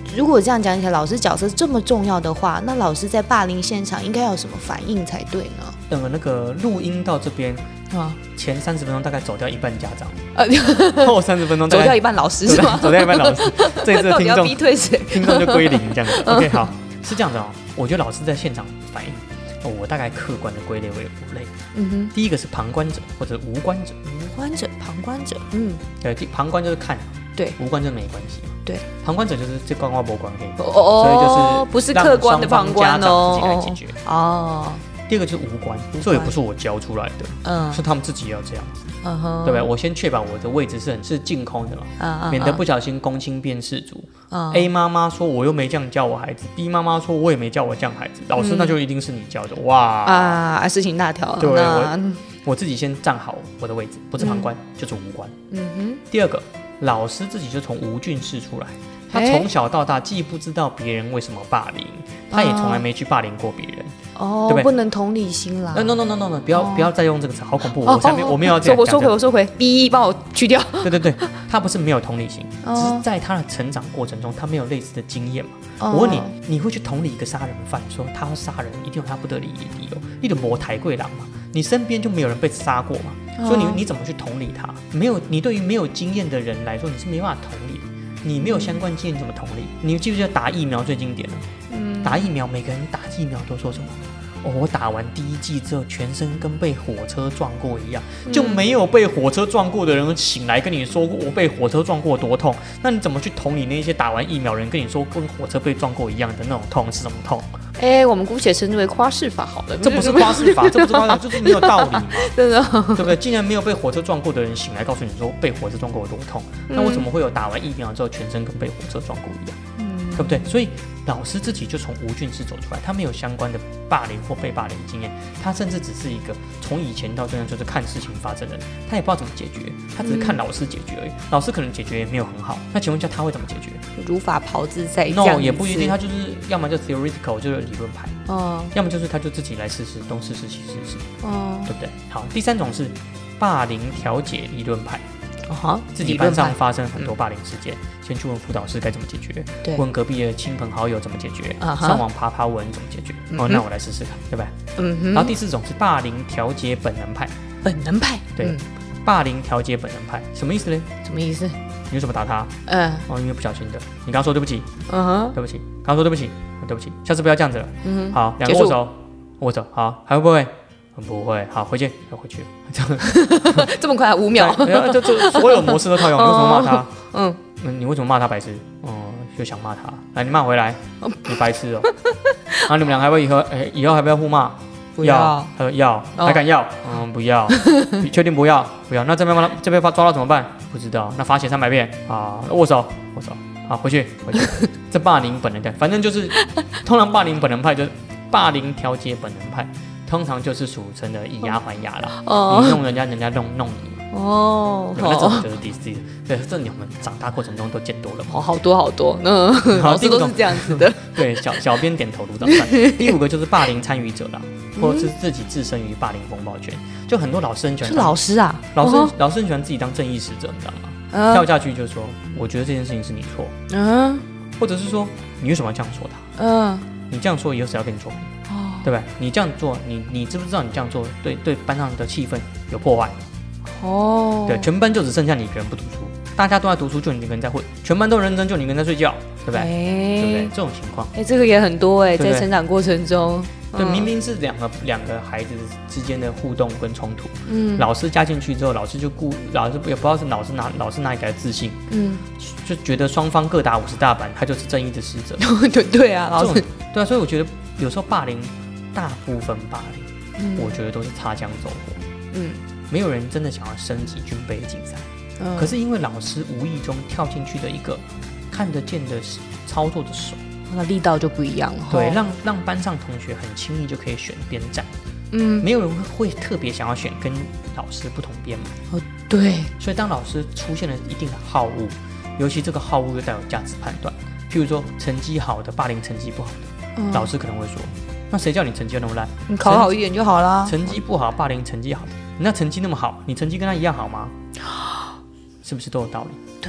如果这样讲起来，老师角色这么重要的话，那老师在霸凌现场应该有什么反应才对呢？ 等了那个录音到这边啊， 前三十分钟大概走掉一半家长， 呃， 后三十分钟大概走掉一半老师是吗？ 走掉一半老师，这一次的听到底要众逼退谁？ 听众就归零这样子。OK， 好，是这样子哦。我觉得老师在现场反应，哦我大概客观的归类为五类。 嗯哼， 第一个是旁观者或者无关者， 无关者、旁观者，嗯， 对，第旁观就是看， 对， 无关就没关系。 对， 旁观者就是这关我没关系， 哦哦， 所以就是不是客观的旁观哦， 让双方家长自己来解决。 哦， 第二个就是无关，这也不是我教出来的， 嗯， 是他们自己要这样子， 嗯哼， 对不对？我先确保我的位置是很是净空的嘛， 嗯免得不小心公亲变世主。 嗯 A 妈妈说我又没这样教我孩子 ，B 妈妈说我也没教我这样孩子，老师那就一定是你教的，哇啊，事情大条了。 对那我我自己先站好我的位置，不是旁观、就是无关。 嗯哼， 第二个，老师自己就从无菌室出来，他哎从小到大既不知道别人为什么霸凌，他也从来没去霸凌过别人。 哦， 对不对不能同理心啦。 呃 no no no no no，不要、 哦不要再用这个词，好恐怖！ 哦我才没、 哦我没有要这样我收回， 讲这个我收回，B 帮我去掉。 对对对，他不是没有同理心， 哦只是在他的成长过程中，他没有类似的经验嘛。 哦我问你，你会去同理一个杀人犯，说他要杀人一定有他不得已的理由，你的魔抬贵郎嘛？你身边就没有人被杀过嘛？ 哦所以你你怎么去同理他？没有，你对于没有经验的人来说，你是没办法同理的。你没有相关经验，你怎么同理？你记不记得打疫苗最经典了？ 嗯， 打疫苗，每个人打疫苗都说什么？哦，我打完第一剂之后，全身跟被火车撞过一样，就没有被火车撞过的人醒来跟你说我被火车撞过多痛，那你怎么去同理那些打完疫苗人跟你说跟火车被撞过一样的那种痛是什么痛？ 哎，我们姑且称之为夸饰法好了。 这不是夸饰法，这不是夸饰法，就是没有道理嘛， 真的。 对不对？竟然没有被火车撞过的人醒来告诉你说被火车撞过有多痛，那我怎么会有打完疫苗之后全身跟被火车撞过一样？对不对？所以老师自己就从无菌室走出来，他没有相关的霸凌或被霸凌经验，他甚至只是一个从以前到这样就是看事情发生的人，他也不知道怎么解决，他只是看老师解决而已。老师可能解决也没有很好，那请问一下他会怎么解决如法炮制在这 ？No， 样子也不一定，他就是要么就 theoretical 就是理论派， 哦要么就是他就自己来试试，东试试西试试， 哦对不对？好，第三种是霸凌调解理论派。 哦哈， 自己班上发生很多霸凌事件，先去问辅导师该怎么解决， 对问隔壁的亲朋好友怎么解决， 啊哈上网爬爬文怎么解决。 嗯哼哦，那我来试试看，对吧？ 嗯哼， 然后第四种是霸凌调节本能派， 本能派， 对， 嗯霸凌调节本能派什么意思呢？ 什么意思？ 你为什么打他？ 嗯哦，因为不小心的。你刚刚说对不起， 嗯哼， 对不起，刚刚说对不起，哦对不起，下次不要这样子了。 嗯哼， 好，两个结束握手，握手，好，还会不会？不会，好，回去，要回去。这样这么快五秒？ 对然后就就所有模式都套用，你为什么骂他？ 嗯， 嗯，你为什么骂他白痴？哦、就想骂他。来，你骂回来，你白痴哦。然后你们俩还会以后，哎，以后还不要互骂？ 不要。 他说要， 哦还敢要？嗯，不要。你确定不要？不要。那这边骂他，这边抓到怎么办？不知道。那罚写三百遍啊！握手，握手。好，回去，回去。这霸凌本能派，反正就是，通常霸凌本能派就是霸凌调节本能派，通常就是俗称的以牙还牙啦。 哦你弄人家，人家弄弄你。 哦， 对，那这种就是第四，对，这你们长大过程中都见多了嘛。 好好多好多，嗯， 好老师都是这样子的。 对，小小编点头如捣蒜。第五个就是霸凌参与者啦，或者是自己置身于霸凌风暴圈。就很多老师很喜欢是当老师啊， 老师、 哦老师很喜欢自己当正义使者，你知道吗？ 嗯跳下去就说，我觉得这件事情是你错， 嗯或者是说你为什么要这样说他？ 嗯你这样说以后谁要跟你做朋友？ 哦对不对？你这样做，你你知不知道你这样做对对班上的气氛有破坏？ 哦， 对，全班就只剩下你一个人不读书，大家都在读书，就你一个人在混，全班都认真，就你一个人在睡觉，对不对？对不对？ 哎这种情况， 哎，这个也很多哎， 对不对在成长过程中， 对， 嗯明明是两个两个孩子之间的互动跟冲突， 嗯老师加进去之后，老师就故老师也不知道是老师哪老师哪里来的自信， 嗯， 就觉得双方各打五十大板，他就是正义的使者。 对对啊，老师这种，对啊，所以我觉得有时候霸凌，大部分霸凌， 嗯我觉得都是擦枪走火， 嗯没有人真的想要升级军备竞赛。 嗯， 可是因为老师无意中跳进去的一个看得见的操作的手， 那力道就不一样了， 对， 吼让让班上同学很轻易就可以选边站， 嗯没有人会会特别想要选跟老师不同边嘛。 对， 所以当老师出现了一定的好恶，尤其这个好恶又带有价值判断，譬如说成绩好的霸凌成绩不好的， 嗯老师可能会说，那谁叫你成绩那么烂？ 你考好一点就好啦。 成绩不好霸凌成绩好的，你那成绩那么好，你成绩跟他一样好吗？是不是都有道理？ 对，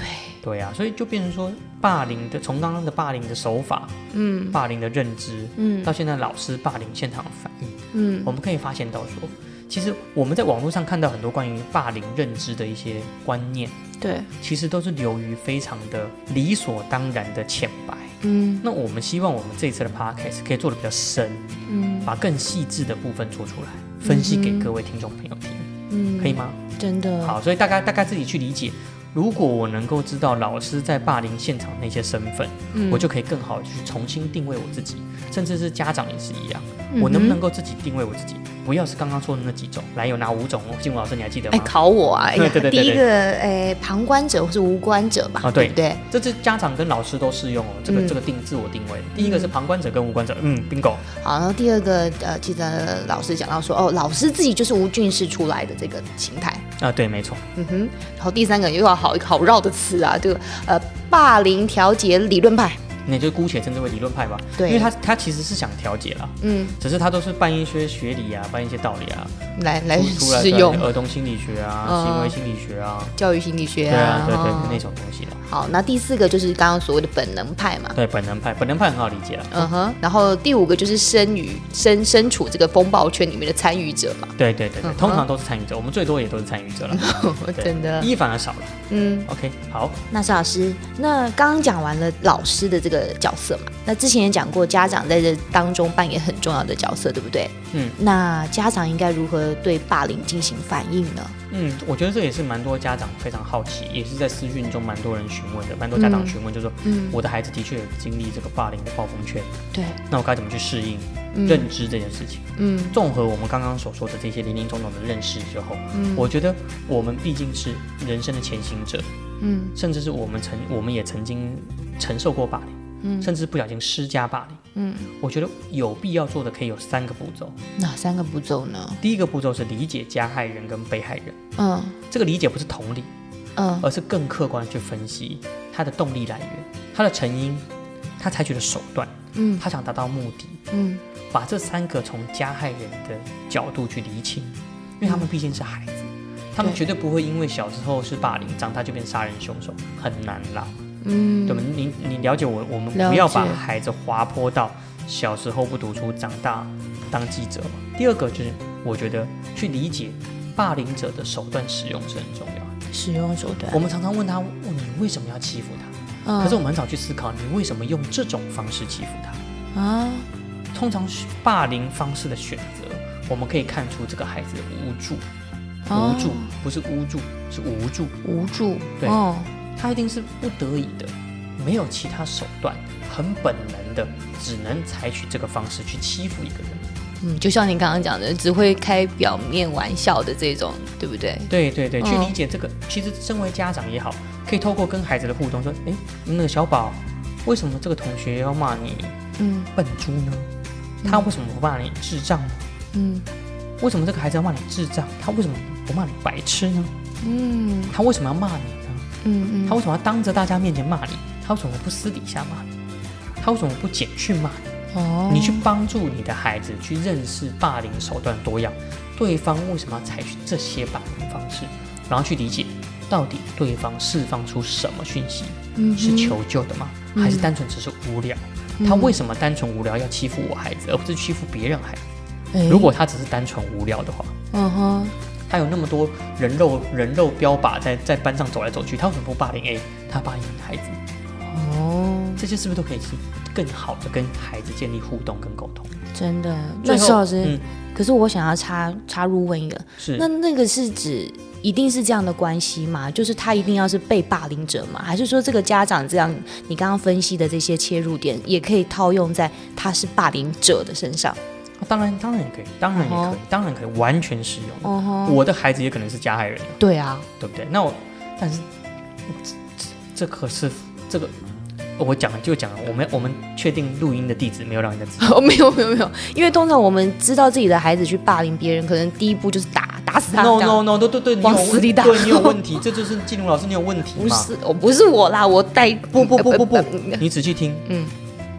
对啊，所以就变成说，霸凌的从刚刚的霸凌的手法，嗯，霸凌的认知，嗯，到现在老师霸凌现场的反应，嗯，我们可以发现到说，其实我们在网络上看到很多关于霸凌认知的一些观念， 对， 其实都是流于非常的理所当然的浅白。嗯，那我们希望我们这一次的 podcast 可以做得比较深，嗯，把更细致的部分做出来，分析给各位听众朋友听，嗯，可以吗？ 真的好，所以大概大概自己去理解。如果我能够知道老师在霸凌现场那些身份，嗯，我就可以更好的去重新定位我自己，甚至是家长也是一样，嗯，我能不能够自己定位我自己？不要是刚刚说的那几种，来有哪五种哦？金武老师你还记得吗？ 哎，考我啊！ 对对对对， 第一个，哎，旁观者或是无关者吧？ 啊，对对不对？ 这是家长跟老师都适用哦。这个、嗯、这个定自我定位，第一个是旁观者跟无关者，嗯 ，bingo。 好，然后第二个，呃，记得老师讲到说，哦，老师自己就是吴俊士出来的这个形态啊，对，没错。 嗯哼，然后第三个又要好好绕的词啊，这个呃，霸凌调解理论派。 你就姑且称之为理论派吧， 对， 因为他他其实是想调解啦，嗯，只是他都是办一些学理啊，办一些道理啊， 来来适用儿童心理学啊、嗯、行为心理学啊、 教育心理学啊，对啊，对对、哦、那种东西啦。 好，那第四个就是刚刚所谓的本能派嘛， 对，本能派，本能派很好理解了， 嗯哼。然后第五个就是身于身身处这个风暴圈里面的参与者嘛， 对对对对、嗯，通常都是参与者，我们最多也都是参与者了， 真的， 一反而少了，嗯 ，OK， 好。 那邵老师，那刚刚讲完了老师的这个角色嘛。那之前也讲过，家长在这当中扮演很重要的角色，对不对？嗯，那家长应该如何对霸凌进行反应呢？ 嗯，我觉得这也是蛮多家长非常好奇，也是在私讯中蛮多人询问的，蛮多家长询问，就是说，嗯，我的孩子的确有经历这个霸凌的暴风圈， 对， 那我该怎么去适应、嗯、认知这件事情？嗯，综合我们刚刚所说的这些林林总总的认识之后，嗯，我觉得我们毕竟是人生的前行者，嗯，甚至是我们曾我们也曾经承受过霸凌。嗯，甚至不小心施加霸凌。嗯，我觉得有必要做的可以有三个步骤。 哪三个步骤呢？ 第一个步骤是理解加害人跟被害人。嗯，这个理解不是同理，嗯，而是更客观的去分析他的动力来源、他的成因、他采取的手段，嗯，他想达到目的，嗯，把这三个从加害人的角度去厘清，因为他们毕竟是孩子，嗯、他们绝对不会因为小时候是霸凌，长大就变杀人凶手，很难啦。嗯，对吧？你你了解我，我们不要把孩子滑坡到小时候不读书，长大当记者嘛。第二个就是，我觉得去理解霸凌者的手段使用是很重要的。 使用手段， 我们常常问他，问你为什么要欺负他？嗯、可是我们很少去思考，你为什么用这种方式欺负他啊？通常霸凌方式的选择，我们可以看出这个孩子的无助，哦、无助不是无助，是无助， 无助， 对。哦，他一定是不得已的，没有其他手段，很本能的，只能采取这个方式去欺负一个人。 嗯，就像你刚刚讲的，只会开表面玩笑的这种，对不对？ 对对对，嗯、去理解这个。其实身为家长也好，可以透过跟孩子的互动说：“哎，那个小宝，为什么这个同学要骂你嗯笨猪呢？他为什么不骂你智障呢？嗯，为什么这个孩子要骂你智障？他为什么不骂你白痴呢？嗯，他为什么要骂你？”嗯嗯，他为什么要当着大家面前骂你？他为什么不私底下骂你？他为什么不简讯骂你？哦，你去帮助你的孩子去认识霸凌手段多样，对方为什么要采取这些霸凌方式，然后去理解到底对方释放出什么讯息，嗯、是求救的吗？还是单纯只是无聊？嗯、他为什么单纯无聊要欺负我孩子，而不是欺负别人孩子？欸、如果他只是单纯无聊的话，嗯哼。他有那么多人肉人肉标靶在在班上走来走去，他为什么不霸凌 A？ 他霸凌孩子，哦，这些是不是都可以是更好的跟孩子建立互动跟沟通？ 真的，那施老师、嗯，可是我想要插插入问一个， 是那那个是指一定是这样的关系吗？就是他一定要是被霸凌者吗？还是说这个家长这样你刚刚分析的这些切入点，也可以套用在他是霸凌者的身上？ 当然，当然也可以，当然也可以， uh-huh. 当然可以，完全适用。Uh-huh. 我的孩子也可能是加害人。 对啊， 对不对？那我，但是这, 这可是这个，我讲了就讲了，我们我们确定录音的地址没有让人家知道。 没有没有没有，因为通常我们知道自己的孩子去霸凌别人，可能第一步就是打打死他。 No no no， 对对对， 往死里打。 对，你有问题，这就是纪录老师，你有问题嘛？ 不是，我不是我啦，我带不不不不不，你仔细听，嗯。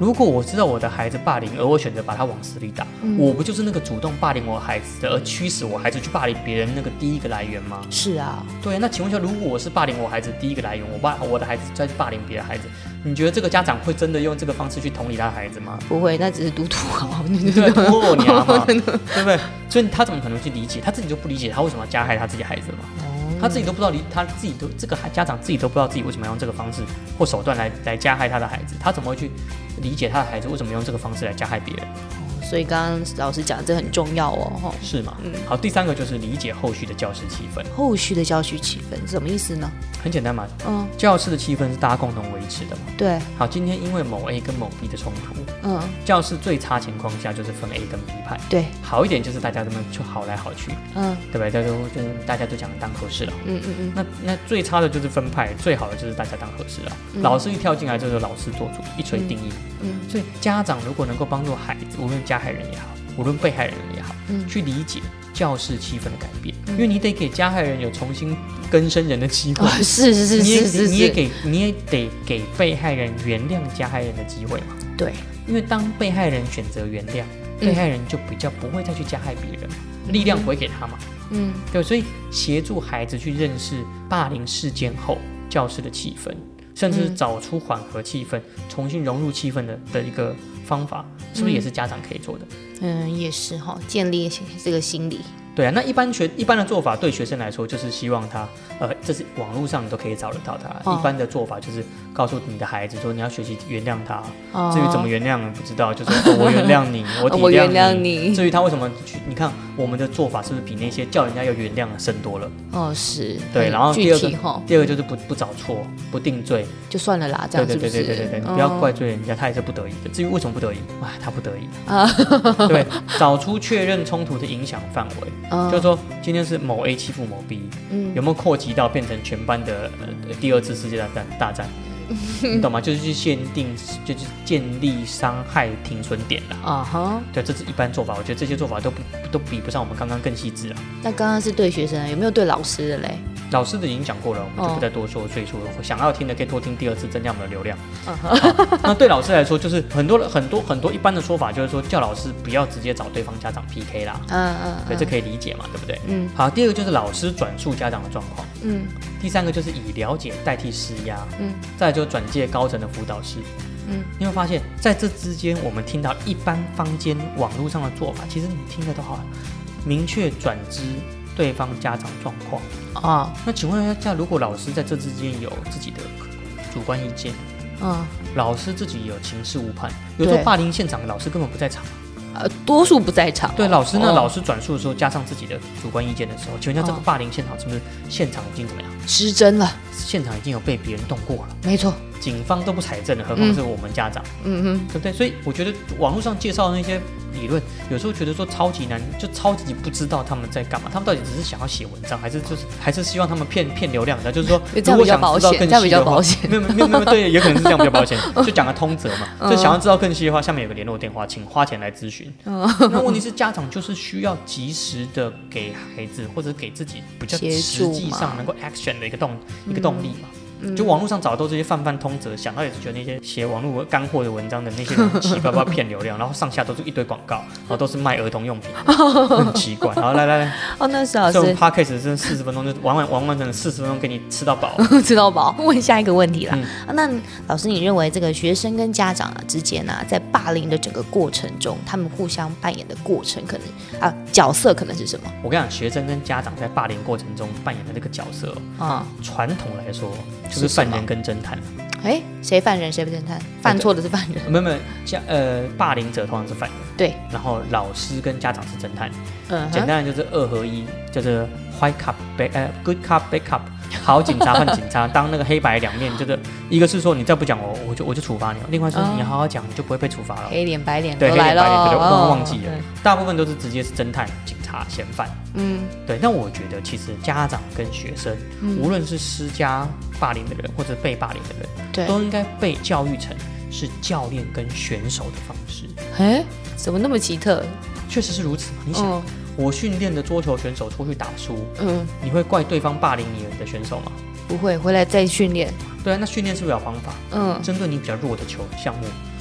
如果我知道我的孩子霸凌，而我选择把他往死里打，嗯、我不就是那个主动霸凌我孩子的，而驱使我孩子去霸凌别人那个第一个来源吗？ 是啊， 对。那请问一下，如果我是霸凌我孩子第一个来源，我把我的孩子再去霸凌别的孩子，你觉得这个家长会真的用这个方式去同理他的孩子吗？ 不会，那只是赌土豪， 对，土我娘嘛，对不对？所以他怎么可能去理解？他自己就不理解他为什么要加害他自己孩子嘛？他自己都不知道理，他自己都这个家长自己都不知道自己为什么要用这个方式或手段来来加害他的孩子，他怎么会去理解他的孩子为什么用这个方式来加害别人？ 所以刚刚老师讲的这很重要哦， 是吗？嗯，好，第三个就是理解后续的教室气氛。 后续的教学气氛什么意思呢？ 很简单嘛，嗯，教室的气氛是大家共同维持的嘛。 对。 好，今天因为某 A 跟某 B 的冲突，嗯，教室最差情况下就是分 A 跟 B 派。 对。 好一点就是大家都能就好来好去，嗯，对不对？大家都大家都讲当和事佬。嗯嗯嗯。那那最差的就是分派，最好的就是大家当和事佬。嗯、老师一跳进来就是老师做主，一锤定音。嗯。嗯所以家长如果能够帮助孩子，无论加害人也好。无论被害人也好，嗯、去理解教室气氛的改变，嗯、因为你得给加害人有重新更生人的机会。哦、 是是是是是， 你也给你也得给被害人原谅加害人的机会嘛。 对， 因为当被害人选择原谅，嗯、被害人就比较不会再去加害别人嘛，嗯、力量回给他嘛。嗯，对，所以协助孩子去认识霸凌事件后教室的气氛。甚至找出缓和气氛、重新融入气氛 的, 的一个方法，是不是也是家长可以做的？ 嗯，也是哈，建立这个心理。 对啊，那一般学一般的做法对学生来说，就是希望他，呃，这是网络上你都可以找得到他。哦、一般的做法就是告诉你的孩子说，你要学习原谅他。哦、至于怎么原谅，不知道，就是、哦、我原谅你，我体谅你。我原谅你。至于他为什么，你看我们的做法是不是比那些叫人家要原谅的深多了？ 哦，是。 对，然后第二个，第二个就是不不找错，不定罪， 就算了啦，这样是不是？ 对对对对对对，你不要怪罪人家，他也是不得已的。至于为什么不得已，啊，他不得已啊。对，找出确认冲突的影响范围。嗯、就是说，今天是某 A 欺负某 B，、嗯、有没有扩及到变成全班的、呃、第二次世界大战？大战你懂吗？就是去限定，就是建立伤害停损点啦。啊哈，对，这是一般做法。我觉得这些做法都不都比不上我们刚刚更细致啊。 那刚刚是对学生，有没有对老师的嘞？ 老师的已经讲过了，我们就不再多说赘述了。哦、想要听的可以多听第二次，增加我们的流量。Uh-huh. 那对老师来说，就是很多很多很多一般的说法，就是说叫老师不要直接找对方家长 P K 啦。嗯嗯，对，这可以理解嘛，对不对？嗯。好，第二个就是老师转述家长的状况。嗯。第三个就是以了解代替施压。嗯。再来就转介高层的辅导师。嗯。你会发现在这之间，我们听到一般坊间网络上的做法，其实你听的都好明确转知对方家长状况啊，那请问一下，如果老师在这之间有自己的主观意见，嗯，老师自己有情事误判，有时候霸凌现场老师根本不在场， 呃，多数不在场。 对，老师呢，哦、老师转述的时候加上自己的主观意见的时候，请问一下，这个霸凌现场是不是现场已经怎么样？ 失真了， 现场已经有被别人动过了。 没错。 警方都不采证了，何况是我们家长，嗯哼，对不对？所以我觉得网络上介绍的那些理论，有时候觉得说超级难，就超级不知道他们在干嘛。他们到底只是想要写文章，还是就是还是希望他们骗骗流量的？就是说，如果想知道更细的话，没有没有没有，对，也可能是这样比较保险。就讲个通则嘛，就想要知道更细的话，下面有个联络电话，请花钱来咨询。那问题是家长就是需要及时的给孩子或者给自己比较实际上能够 action 的一个动一个动力嘛。就网络上找到这些泛泛通则，想到也是觉得那些写网络干货的文章的那些人奇怪，不知道骗流量，然后上下都是一堆广告，然后都是卖儿童用品，很奇怪。好，来来来， 哦，那是老师， 这种 podcast 真的四十分钟就完完完完整的四十分钟给你吃到饱， 吃到饱。问下一个问题啦，嗯啊、那老师，你认为这个学生跟家长啊之间啊，在霸凌的整个过程中，他们互相扮演的过程可能啊角色可能是什么？ 我跟你讲，学生跟家长在霸凌过程中扮演的这个角色啊，传统来说。就是犯人跟侦探， 哎，谁犯人谁不侦探？犯错的是犯人， 没有没有，呃，霸凌者通常是犯人， 对， 然后老师跟家长是侦探，嗯，简单的就是二合一，就是 white cop bad 呃 good cop bad cop， 好警察换警察，当那个黑白两面，就是一个是说你再不讲我，我就我就处罚你，另外说你好好讲，你就不会被处罚了， 黑脸白脸对， 都来了， 黑脸白脸都忘记了，大部分都是直接是侦探、警察、嫌犯，嗯，对。但我觉得其实家长跟学生，无论是施加霸凌的人或者被霸凌的人，都应该被教育成是教练跟选手的方式。 哎，怎么那么奇特？ 确实是如此嘛？你想，嗯、我训练的桌球选手出去打输，嗯，你会怪对方霸凌你的选手吗？ 不会，回来再训练。 对啊，那训练是不是有方法？嗯，针对你比较弱的球项目，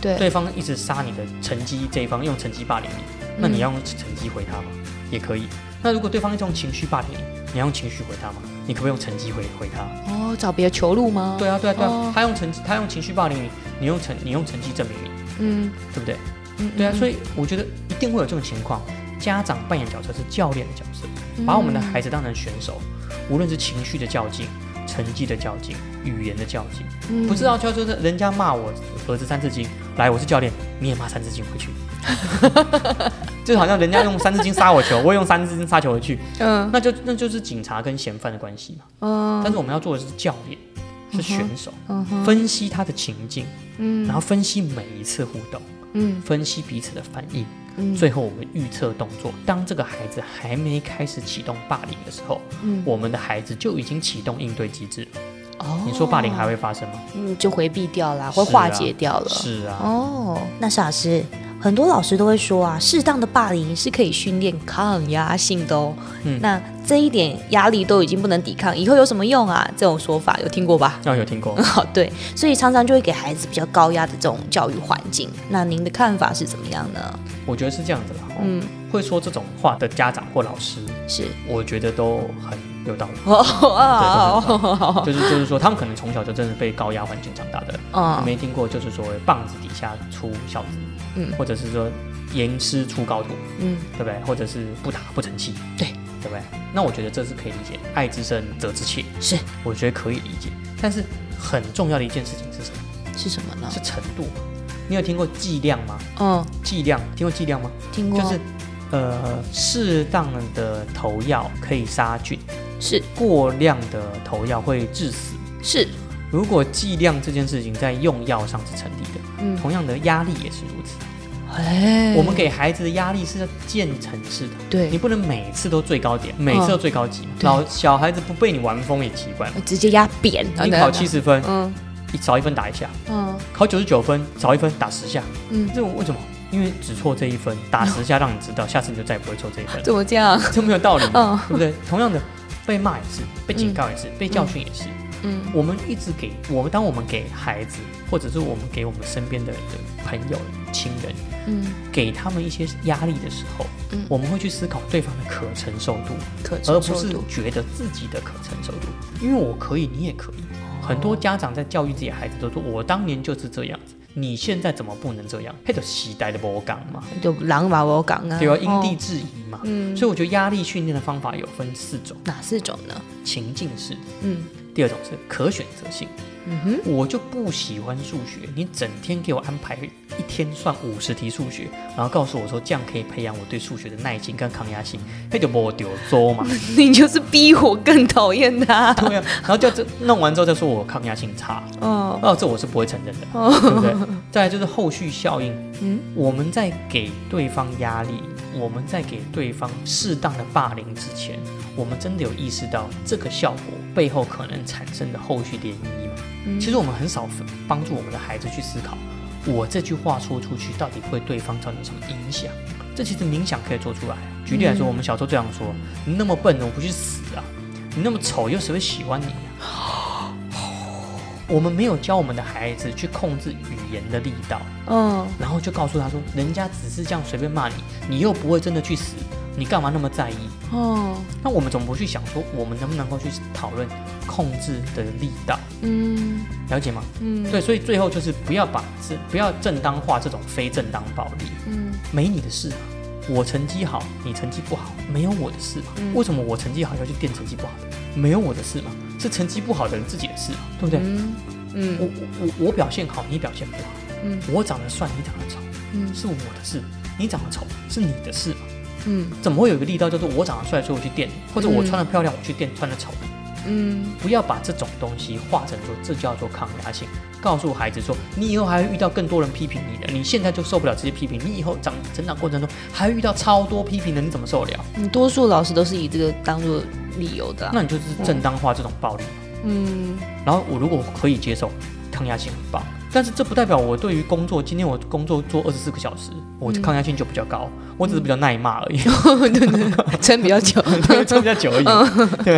对， 对方一直杀你的成绩这一方，用成绩霸凌你，那你要用成绩回他吗？也可以。那如果对方用情绪霸凌你，你要用情绪回他吗？你可不可以用成绩回回他？ 哦，找别的求路吗？ 对啊，对啊，对啊。 哦、 他用成他用情绪霸凌你，你用成你用成绩证明你， 嗯， 对不对？ 嗯， 对啊。 嗯所以我觉得一定会有这种情况。家长扮演角色是教练的角色，把我们的孩子当成选手，无论是情绪的较劲、成绩的较劲、语言的较劲， 嗯、 不知道叫做人家骂我儿子三字经，来我是教练，你也骂三字经回去。就好像人家用三字经杀我球，我也用三字经杀球回去，嗯，那就那就是警察跟嫌犯的关系嘛。嗯，但是我们要做的是教练，是选手，嗯嗯、分析他的情境，嗯，然后分析每一次互动，嗯，分析彼此的反应，嗯，最后我们预测动作。当这个孩子还没开始启动霸凌的时候，嗯，我们的孩子就已经启动应对机制了。哦，你说霸凌还会发生吗？ 嗯，就回避掉了，会化解掉了。 是啊。 哦，那是老师。很多老师都会说啊，适当的霸凌是可以训练抗压性的哦。嗯，那这一点压力都已经不能抵抗，以后有什么用啊？这种说法有听过吧？ 哦，有听过。 好，对，所以常常就会给孩子比较高压的这种教育环境。那您的看法是怎么样呢？ 我觉得是这样子啦。嗯，会说这种话的家长或老师， 是我觉得都很有道理。 哦， 对，就是就是说，他们可能从小就真的被高压环境长大的。嗯，没听过就是说棒子底下出孝子。嗯，或者是说严师出高徒，嗯，对不对？或者是不打不成器， 对， 对不对？那我觉得这是可以理解，爱之深责之切， 是， 我觉得可以理解。但是很重要的一件事情是什么？ 是什么呢？ 是程度。你有听过剂量吗？ 嗯， 剂量，听过剂量吗？ 听过， 就是呃，适当的投药可以杀菌， 是，过量的投药会致死， 是。 如果剂量这件事情在用药上是成立的，嗯，同样的压力也是如此。哎，我们给孩子的压力是要渐层式的， 对， 你不能每次都最高点，每次都最高级。老、哦、小孩子不被你玩疯也奇怪嘛， 直接压扁。 你考七十分，嗯，少一分打一下，嗯，考九十九分少一分打十下，嗯，这为什么？因为只错这一分，打十下让你知道，下次你就再也不会错这一分。 怎么这样？ 这没有道理，嗯，对不对？同样的，被骂也是，被警告也是，嗯、被教训也是。嗯，我们一直给我们，当我们给孩子，或者是我们给我们身边的朋友、亲人，嗯，给他们一些压力的时候，嗯，我们会去思考对方的可承受度， 可承受度， 而不是觉得自己的可承受度。因为我可以，你也可以。哦、很多家长在教育自己的孩子都说：“我当年就是这样子，你现在怎么不能这样？”那就时代的无同嘛， 就人嘛无同啊， 对啊，因地制宜嘛。嗯，所以我觉得压力训练的方法有分四种， 哪四种呢？ 情境式，嗯。第二种是可选择性，嗯哼，我就不喜欢数学，你整天给我安排一天算五十题数学，然后告诉我说这样可以培养我对数学的耐心跟抗压性，那就没丢周嘛。 你就是逼我更讨厌他。 对啊，然后就这弄完之后再说我抗压性差，哦，哦，这我是不会承认的，哦、对不对？再来就是后续效应，嗯，我们在给对方压力，我们在给对方适当的霸凌之前，我们真的有意识到这个效果背后可能产生的后续涟漪吗？嗯、其实我们很少帮助我们的孩子去思考，我这句话说出去到底会对方造成什么影响？这其实冥想可以做出来。举例来说，嗯、我们小时候这样说：“你那么笨，我不去死啊！你那么丑，又谁会喜欢你啊？”我们没有教我们的孩子去控制语言的力道，嗯，然后就告诉他说：“人家只是这样随便骂你，你又不会真的去死。”你干嘛那么在意？哦，那我们怎么不去想说，我们能不能够去讨论控制的力道？嗯，了解吗？嗯，对，所以最后就是不要把这不要正当化这种非正当暴力。嗯，没你的事嘛。我成绩好，你成绩不好，没有我的事嘛。嗯、为什么我成绩好要去垫成绩不好的？没有我的事嘛，是成绩不好的人自己的事嘛，对不对？嗯，嗯我我我表现好，你表现不好。嗯，我长得帅，你长得丑，嗯，是我的事。你长得丑，是你的事嘛。嗯，怎么会有一个力道叫做我长得帅，所以我去垫，或者我穿得漂亮，我去垫穿得丑？嗯，不要把这种东西化成说这叫做抗压性，告诉孩子说，你以后还会遇到更多人批评你的，你现在就受不了这些批评，你以后长成长过程中还会遇到超多批评的，你怎么受得了？ 你多数老师都是以这个当做理由的、啊， 那你就是正当化这种暴力。嗯，然后我如果可以接受，抗压性很棒。但是这不代表我对于工作，今天我工作做二十四个小时，我抗压性就比较高，嗯、我只是比较耐骂而已。 对对对，撑比较久， 撑比较久而已。嗯、对，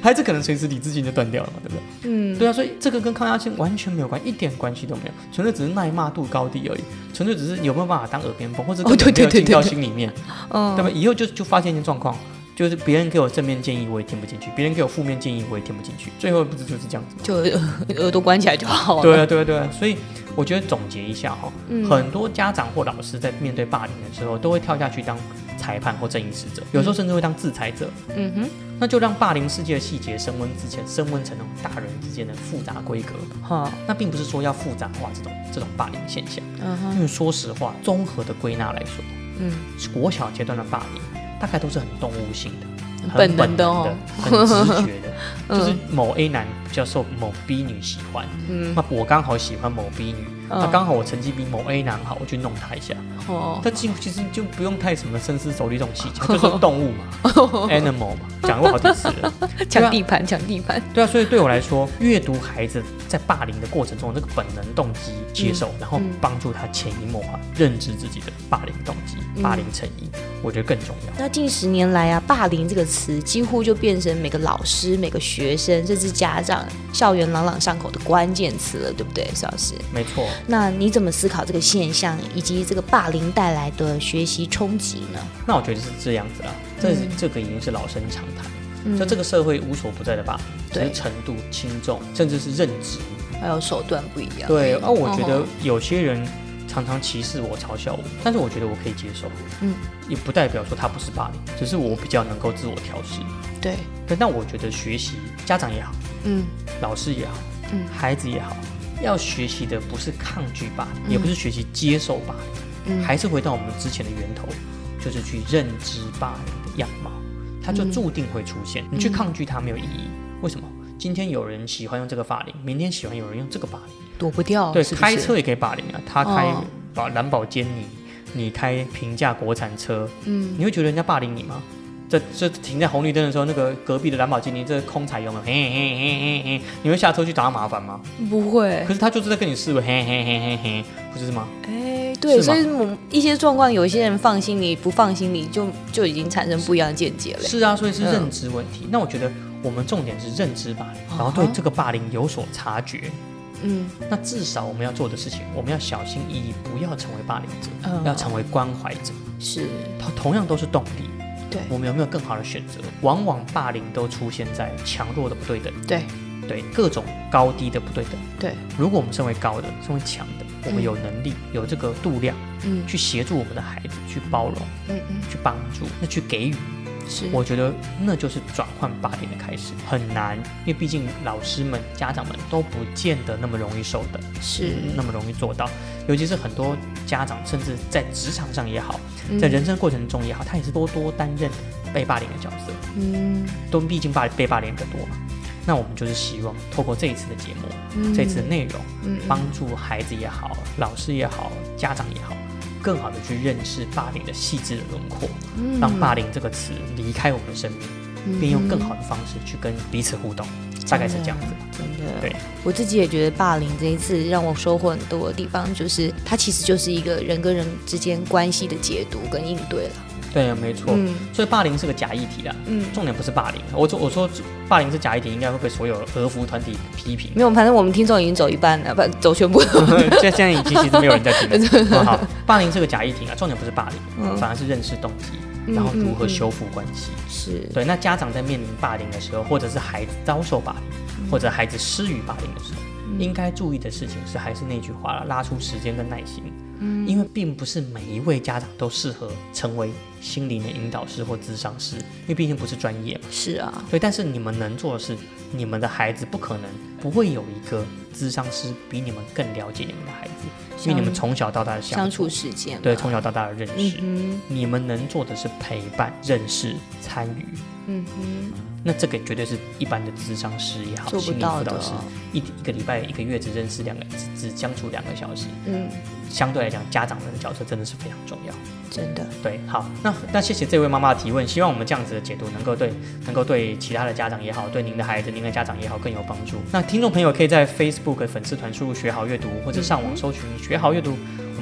孩子可能随时理智线就断掉了嘛，对不对？ 嗯， 对啊，所以这个跟抗压性完全没有关系，一点关系都没有，纯粹只是耐骂度高低而已，纯粹只是有没有办法当耳边风，或者根本没有进到心里面， 哦、 对吧？以后就就发现一件状况。就是别人给我正面建议我也听不进去，别人给我负面建议我也听不进去，最后不是就是这样子吗？ 就耳朵关起来就好了。 对啊对啊对啊，所以我觉得总结一下哈、 嗯， 很多家长或老师在面对霸凌的时候，都会跳下去当裁判或正义使者，有时候甚至会当制裁者。 嗯哼， 那就让霸凌事件的细节升温之前，升温成那种大人之间的复杂规格。 哈， 那并不是说要复杂化这种这种霸凌现象， 嗯哼， 因为说实话，综合的归纳来说， 嗯， 国小阶段的霸凌大概都是很动物性的。很本能的哦， 很直觉的，就是某 A 男比较受某 B 女喜欢，嗯，那我刚好喜欢某 B 女，嗯、那刚好我成绩比某 A 男好，我去弄他一下，哦，他其实就不用太什么深思熟虑这种细节，就是动物嘛，animal 嘛，讲过好几次了， 抢地盘，抢地盘， 对啊，所以对我来说，阅读孩子在霸凌的过程中这个本能动机接受，嗯、然后帮助他潜移默化认知自己的霸凌动机、嗯、霸凌成因，我觉得更重要。 那近十年来啊，霸凌这个词几乎就变成每个老师、每个学生甚至家长校园朗朗上口的关键词了，对不对，邵老师？ 没错。 那你怎么思考这个现象，以及这个霸凌带来的学习冲击呢？ 那我觉得是这样子啦，这、嗯、这个已经是老生常谈。嗯、就这个社会无所不在的霸凌，只是程度轻重，甚至是认知， 还有手段不一样。 对，而、啊、我觉得有些人常常歧视我、嘲笑我，但是我觉得我可以接受，嗯，也不代表说他不是霸凌，只是我比较能够自我调试。 对， 对，但我觉得学习，家长也好，嗯，老师也好，嗯，孩子也好，要学习的不是抗拒霸凌，嗯、也不是学习接受霸凌，嗯，还是回到我们之前的源头，就是去认知霸凌的样貌。它就注定会出现，嗯、你去抗拒它没有意义。为什么？今天有人喜欢用这个霸凌，明天喜欢有人用这个霸凌， 躲不掉。 对， 是不是开车也可以霸凌啊。他开宝蓝宝坚尼，你开平价国产车，嗯，你会觉得人家霸凌你吗？这这停在红绿灯的时候，那个隔壁的蓝宝坚尼这空踩油门，嘿嘿嘿嘿嘿，你会下车去找他麻烦吗？ 不会。 可是他就是在跟你示威，嘿嘿嘿嘿嘿，不是吗？ 哎，对，所以一些状况，有一些人放心里，不放心里，就就已经产生不一样的见解了。 是啊，所以是认知问题。嗯、那我觉得我们重点是认知霸凌，然后对这个霸凌有所察觉。嗯，那至少我们要做的事情，我们要小心翼翼，不要成为霸凌者，嗯、要成为关怀者。 是， 它同样都是动力。 对， 我们有没有更好的选择？往往霸凌都出现在强弱的不对等。 对， 对，各种高低的不对等。 对， 如果我们身为高的，身为强的，我们有能力，嗯、有这个度量，嗯，去协助我们的孩子，去包容，嗯嗯，去帮助，那去给予。 是， 我觉得那就是转换霸凌的开始，很难，因为毕竟老师们、家长们都不见得那么容易受的， 是、 嗯、那么容易做到。尤其是很多家长，甚至在职场上也好，在人生过程中也好，他也是多多担任被霸凌的角色，嗯，都毕竟霸被霸凌的多嘛。那我们就是希望透过这一次的节目，嗯、这一次的内容，嗯、帮助孩子也好、老师也好、家长也好，更好的去认识霸凌的细致的轮廓，嗯、让霸凌这个词离开我们的生命，嗯、并用更好的方式去跟彼此互动，大概是这样子。 真的， 对， 我自己也觉得霸凌这一次让我收获很多的地方，就是它其实就是一个人跟人之间关系的解读跟应对了。 对，没错。嗯、所以霸凌是个假议题啦。嗯，重点不是霸凌。我说我说霸凌是假议题，应该会被所有儿福团体批评。 没有，反正我们听众已经走一半了，不走全部了。 现在已经其实没有人在听了。哦、好，霸凌是个假议题啊，重点不是霸凌，嗯、反而是认识动机，然后如何修复关系。 嗯嗯嗯是对。那家长在面临霸凌的时候，或者是孩子遭受霸凌，嗯、或者孩子施予霸凌的时候，嗯、应该注意的事情是还是那句话了，拉出时间跟耐心。嗯、因为并不是每一位家长都适合成为心灵的引导师或咨商师，因为毕竟不是专业嘛。 是啊， 对。但是你们能做的是，你们的孩子不可能不会有一个咨商师比你们更了解你们的孩子，因为你们从小到大的相 处, 相处时间， 对，从小到大的认识， 嗯、 你们能做的是陪伴、认识、参与。嗯哼。那这个绝对是一般的咨商师也好，心理辅导师，一一个礼拜、一个月只认识两个，只只相处两个小时。嗯，相对来讲，家长的角色真的是非常重要。 真的， 对，好，那那谢谢这位妈妈的提问，希望我们这样子的解读能够对能够对其他的家长也好，对您的孩子、您的家长也好更有帮助。那听众朋友可以在 Facebook 粉丝团输入学好阅读，或者上网搜寻学好阅读，我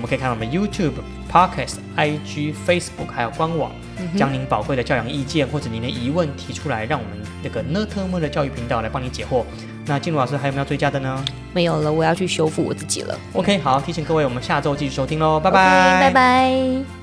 们可以看到我们 YouTube、Podcast、I G、Facebook 还有官网， 嗯将您宝贵的教养意见或者您的疑问提出来，让我们那个呢特么的教育频道来帮你解惑。那静茹老师还有没有追加的呢？ 没有了，我要去修复我自己了。 OK， 好，提醒各位，我们下周继续收听喽，拜拜拜， 拜拜。